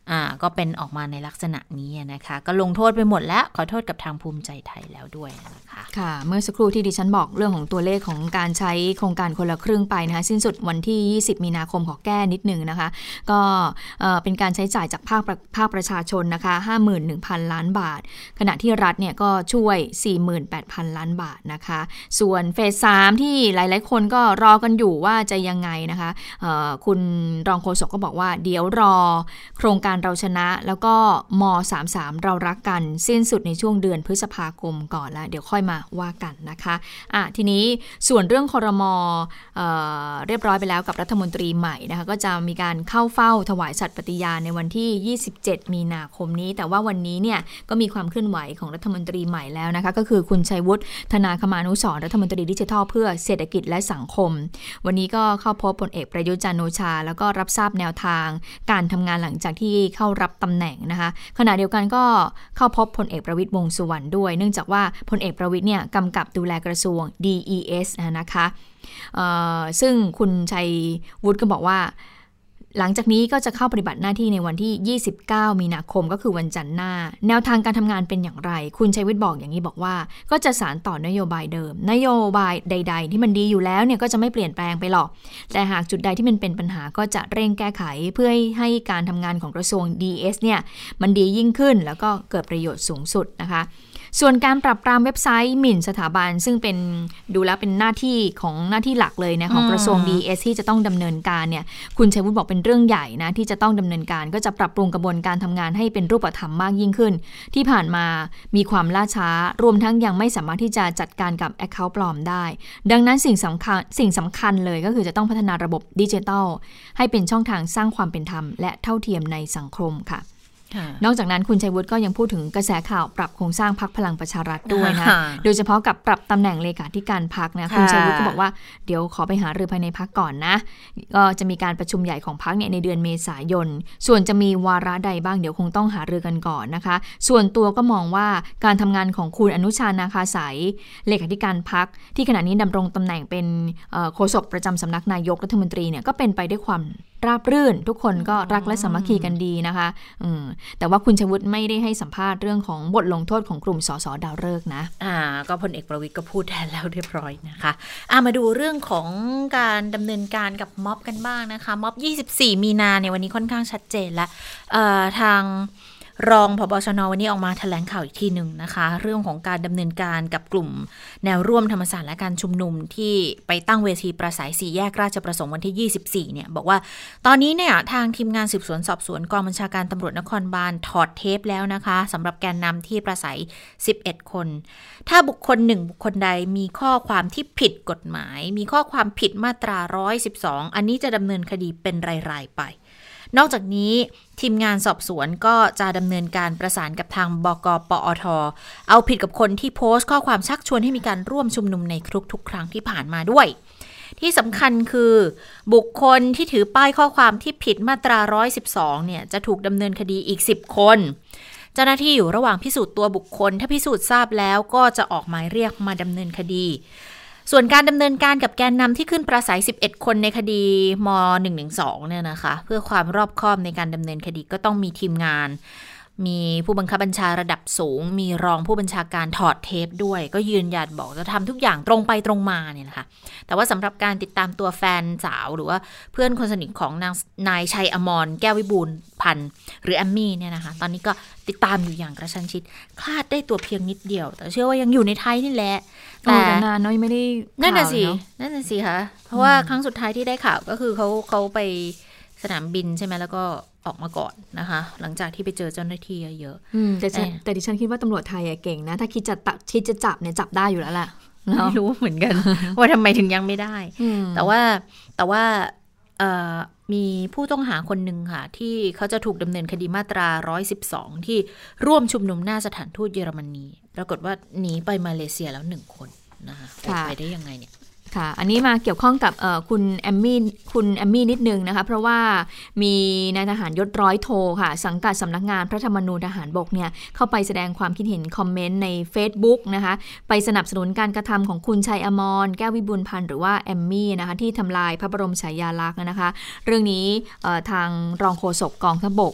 อ่าก็เป็นออกมาในลักษณะนี้นะคะก็ลงโทษไปหมดแล้วขอโทษกับทางภูมิใจไทยแล้วด้วยนะคะค่ะเมื่อสักครู่ที่ดิฉันบอกเรื่องของตัวเลขของการใช้โครงการคนละครึ่งไปนะคะสิ้นสุดวันที่ยี่สิบมีนาคมขอแก้นิดนึงนะคะก็เอ่อเป็นการใช้จ่ายจากภาคภาคประชาชนนะคะ ห้าหมื่นหนึ่งพัน ล้านบาทขณะที่รัฐเนี่ยก็ช่วย สี่หมื่นแปดพัน ล้านบาทนะคะส่วนเฟสสามที่หลายๆคนก็รอกันอยู่ว่าจะยังไงนะคะเอ่อคุณรองโฆษกก็บอกว่าเดี๋ยวรอโครงการเราชนะแล้วก็มสามสิบสามเรารักกันสิ้นสุดในช่วงเดือนพฤษภาคมก่อนแล้วเดี๋ยวค่อยมาว่ากันนะคะอ่ะทีนี้ส่วนเรื่องครม.เอ่อเรียบร้อยไปแล้วกับรัฐมนตรีใหม่นะคะก็จะมีการเข้าเฝ้าถวายสัตย์ปฏิญาณในวันที่ยี่สิบเจ็ดมีนาคมนี้แต่ว่าวันนี้เนี่ยก็มีความเคลื่อนไหวของรัฐมนตรีใหม่แล้วนะคะก็คือคุณชัยวุฒิธนาคมานุสรณ์รัฐมนตรีดิจิทัลเพื่อเศรษฐกิจและสังคมวันนี้ก็เข้าพบพลเอกประยุทธ์จันทร์โอชาแล้วก็รับทราบแนวทางการทำงานหลังจากที่เข้ารับตำแหน่งนะคะขณะเดียวกันก็เข้าพบพลเอกประวิตรวงษ์สุวรรณด้วยเนื่องจากว่าพลเอกประวิตรเนี่ยกำกับดูแลกระทรวง ดี อี เอส นะคะซึ่งคุณชัยวุฒิก็บอกว่าหลังจากนี้ก็จะเข้าปฏิบัติหน้าที่ในวันที่ยี่สิบเก้ามีนาคมก็คือวันจันทร์หน้าแนวทางการทำงานเป็นอย่างไรคุณชัยวุฒิบอกอย่างนี้บอกว่าก็จะสานต่อนโยบายเดิมนโยบายใดๆที่มันดีอยู่แล้วเนี่ยก็จะไม่เปลี่ยนแปลงไปหรอกแต่หากจุดใดที่มันเป็นปัญหาก็จะเร่งแก้ไขเพื่อให้การทำงานของกระทรวง ดี เอส เนี่ยมันดียิ่งขึ้นแล้วก็เกิดประโยชน์สูงสุดนะคะส่วนการปรับปรามเว็บไซต์หมิ่นสถาบันซึ่งเป็นดูแล้วเป็นหน้าที่ของหน้าที่หลักเลยนะของกระทรวง ดี เอส ที่จะต้องดำเนินการเนี่ยคุณชัยวุฒิบอกเป็นเรื่องใหญ่นะที่จะต้องดำเนินการก็จะปรับปรุงกระบวนการทำงานให้เป็นรูปธรรมมากยิ่งขึ้นที่ผ่านมามีความล่าช้ารวมทั้งยังไม่สามารถที่จะจัดการกับ Account ปลอมได้ดังนั้นสิ่งสำคัญสิ่งสำคัญเลยก็คือจะต้องพัฒนาระบบดิจิทัลให้เป็นช่องทางสร้างความเป็นธรรมและเท่าเทียมในสังคมค่ะนอกจากนั้นคุณชัยวุฒิก็ยังพูดถึงกระแสข่าวปรับโครงสร้างพรรคพลังประชารัฐด้วยนะโดยเฉพาะกับปรับตำแหน่งเลขาธิการพรรคนะคุณชัยวุฒิก็บอกว่าเดี๋ยวขอไปหารือภายในพรรคก่อนนะก็จะมีการประชุมใหญ่ของพรรคเนี่ยในเดือนเมษายนส่วนจะมีวาระใดบ้างเดี๋ยวคงต้องหารือกันก่อนนะคะส่วนตัวก็มองว่าการทำงานของคุณอนุชานาคาสายเลขาธิการพรรคที่ขณะนี้ดำรงตำแหน่งเป็นโฆษกประจำสำนักนายกรัฐมนตรีเนี่ยก็เป็นไปด้วยความราบรื่นทุกคนก็รักและสามัคคีกันดีนะคะอืมแต่ว่าคุณชัยวุฒิไม่ได้ให้สัมภาษณ์เรื่องของบทลงโทษของกลุ่มสสดาวฤกษ์นะอ่าก็พลเอกประวิตรก็พูดแทนแล้วเรียบร้อยนะคะอ่ามาดูเรื่องของการดำเนินการกับม็อบกันบ้างนะคะม็อบยี่สิบสี่มีนาในวันนี้ค่อนข้างชัดเจนแล้วเอ่อทางรองผบ.ชน.วันนี้ออกมาแถลงข่าวอีกทีหนึ่งนะคะเรื่องของการดำเนินการกับกลุ่มแนวร่วมธรรมศาสตร์และการชุมนุมที่ไปตั้งเวทีปราศัยสี่แยกราชประสงค์วันที่ยี่สิบสี่เนี่ยบอกว่าตอนนี้เนี่ยทางทีมงานสืบสวนสอบสวนกองบัญชาการตำรวจนครบาลถอดเทปแล้วนะคะสำหรับแกนนำที่ปราศัยสิบเอ็ดคนถ้าบุคคลหนึ่งบุคคลใดมีข้อความที่ผิดกฎหมายมีข้อความผิดมาตราหนึ่งร้อยสิบสองอันนี้จะดำเนินคดีเป็นรายๆไปนอกจากนี้ทีมงานสอบสวนก็จะดำเนินการประสานกับทางบก.ปอท.เอาผิดกับคนที่โพสต์ข้อความชักชวนให้มีการร่วมชุมนุมในทุกๆครั้งที่ผ่านมาด้วยที่สำคัญคือบุคคลที่ถือป้ายข้อความที่ผิดมาตราหนึ่งร้อยสิบสองเนี่ยจะถูกดำเนินคดีอีกสิบคนเจ้าหน้าที่อยู่ระหว่างพิสูจน์ตัวบุคคลถ้าพิสูจน์ทราบแล้วก็จะออกหมายเรียกมาดำเนินคดีส่วนการดำเนินการกับแกนนำที่ขึ้นปราศัยสิบเอ็ดคนในคดีม หนึ่งหนึ่งสอง เนี่ยนะคะเพื่อความรอบคอบในการดำเนินคดีก็ต้องมีทีมงานมีผู้บังคับบัญชาระดับสูงมีรองผู้บัญชาการถอดเทปด้วยก็ยืนยันบอกจะทำทุกอย่างตรงไปตรงมาเนี่ยนะคะแต่ว่าสำหรับการติดตามตัวแฟนสาวหรือว่าเพื่อนคนสนิทของนางนายชัยอมรแก้ววิบูลย์พันธ์หรือแอมมี่เนี่ยนะคะตอนนี้ก็ติดตามอยู่อย่างกระชั้นชิดคลาดได้ตัวเพียงนิดเดียวแต่เชื่อว่ายังอยู่ในไทยนี่แหละแต่นานน้อยไม่ได้นั่นน่ะสินั่นน่ะสิคะเพราะว่าครั้งสุดท้ายที่ได้ข่าวก็คือเขาเขาไปสนามบินใช่ไหมแล้วก็ออกมาก่อนนะคะหลังจากที่ไปเจอเจ้าหน้าที่เยอะๆแต่แต่ดิฉันคิดว่าตำรวจไทยเก่งนะถ้าคิดจะคิดจะจับเนี่ยจับได้อยู่แล้วแหละไม่รู้เหมือนกันว่าทำไมถึงยังไม่ได้แต่ว่าแต่ว่ามีผู้ต้องหาคนหนึ่งค่ะที่เขาจะถูกดำเนินคดีมาตราหนึ่งร้อยสิบสองที่ร่วมชุมนุมหน้าสถานทูตเยอรมนีปรากฏว่าหนีไปมาเลเซียแล้วหนึ่งคนนะคะไปได้ยังไงเนี่ยค่ะอันนี้มาเกี่ยวข้องกับคุณแอมมี่คุณแอมมี่นิดนึงนะคะเพราะว่ามีนายทหารยศร้อยโทค่ะสังกัดสำนักงานพระธรรมนูญทหารบกเนี่ยเข้าไปแสดงความคิดเห็นคอมเมนต์ใน Facebook นะคะไปสนับสนุนการกระทำของคุณชัยอมรแก้ววิบูลย์พันธ์หรือว่าแอมมี่นะคะที่ทำลายพระบรมฉายาลักษณ์นะคะเรื่องนี้ทางรองโฆษกกองทัพบก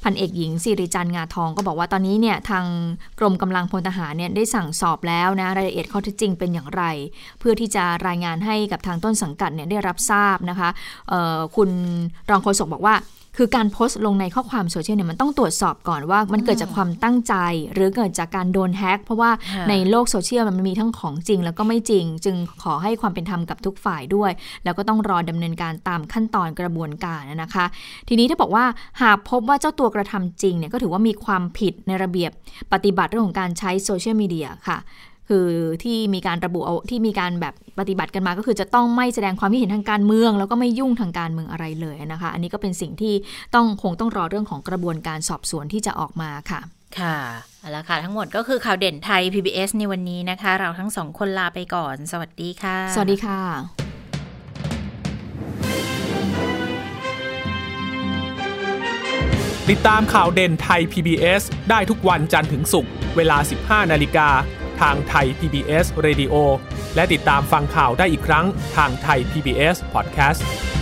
พันเอกหญิงสิริจันทร์งาทองก็บอกว่าตอนนี้เนี่ยทางกรมกำลังพลทหารเนี่ยได้สั่งสอบแล้วนะรายละเอียดข้อเท็จจริงเป็นอย่างไรเพื่อที่จะรายงานให้กับทางต้นสังกัดเนี่ยได้รับทราบนะคะคุณรองโฆษกบอกว่าคือการโพสต์ลงในข้อความโซเชียลเนี่ยมันต้องตรวจสอบก่อนว่ามันเกิดจากความตั้งใจหรือเกิดจากการโดนแฮ็กเพราะว่าในโลกโซเชียลมันมีทั้งของจริงแล้วก็ไม่จริงจึงขอให้ความเป็นธรรมกับทุกฝ่ายด้วยแล้วก็ต้องรอดำเนินการตามขั้นตอนกระบวนการนะคะทีนี้ถ้าบอกว่าหากพบว่าเจ้าตัวกระทำจริงเนี่ยก็ถือว่ามีความผิดในระเบียบปฏิบัติเรื่องของการใช้โซเชียลมีเดียค่ะคือที่มีการระบุเอาที่มีการแบบปฏิบัติกันมาก็คือจะต้องไม่แสดงความคิดเห็นทางการเมืองแล้วก็ไม่ยุ่งทางการเมืองอะไรเลยนะคะอันนี้ก็เป็นสิ่งที่ต้องคงต้องรอเรื่องของกระบวนการสอบสวนที่จะออกมาค่ะค่ะเอาละค่ะทั้งหมดก็คือข่าวเด่นไทย พี บี เอส ในวันนี้นะคะเราทั้งสองคนลาไปก่อนสวัสดีค่ะสวัสดีค่ะติดตามข่าวเด่นไทย พี บี เอส ได้ทุกวันจันทร์ถึงศุกร์เวลา สิบห้านาฬิกาทางไทย พี บี เอส Radio และติดตามฟังข่าวได้อีกครั้งทางไทย พี บี เอส Podcast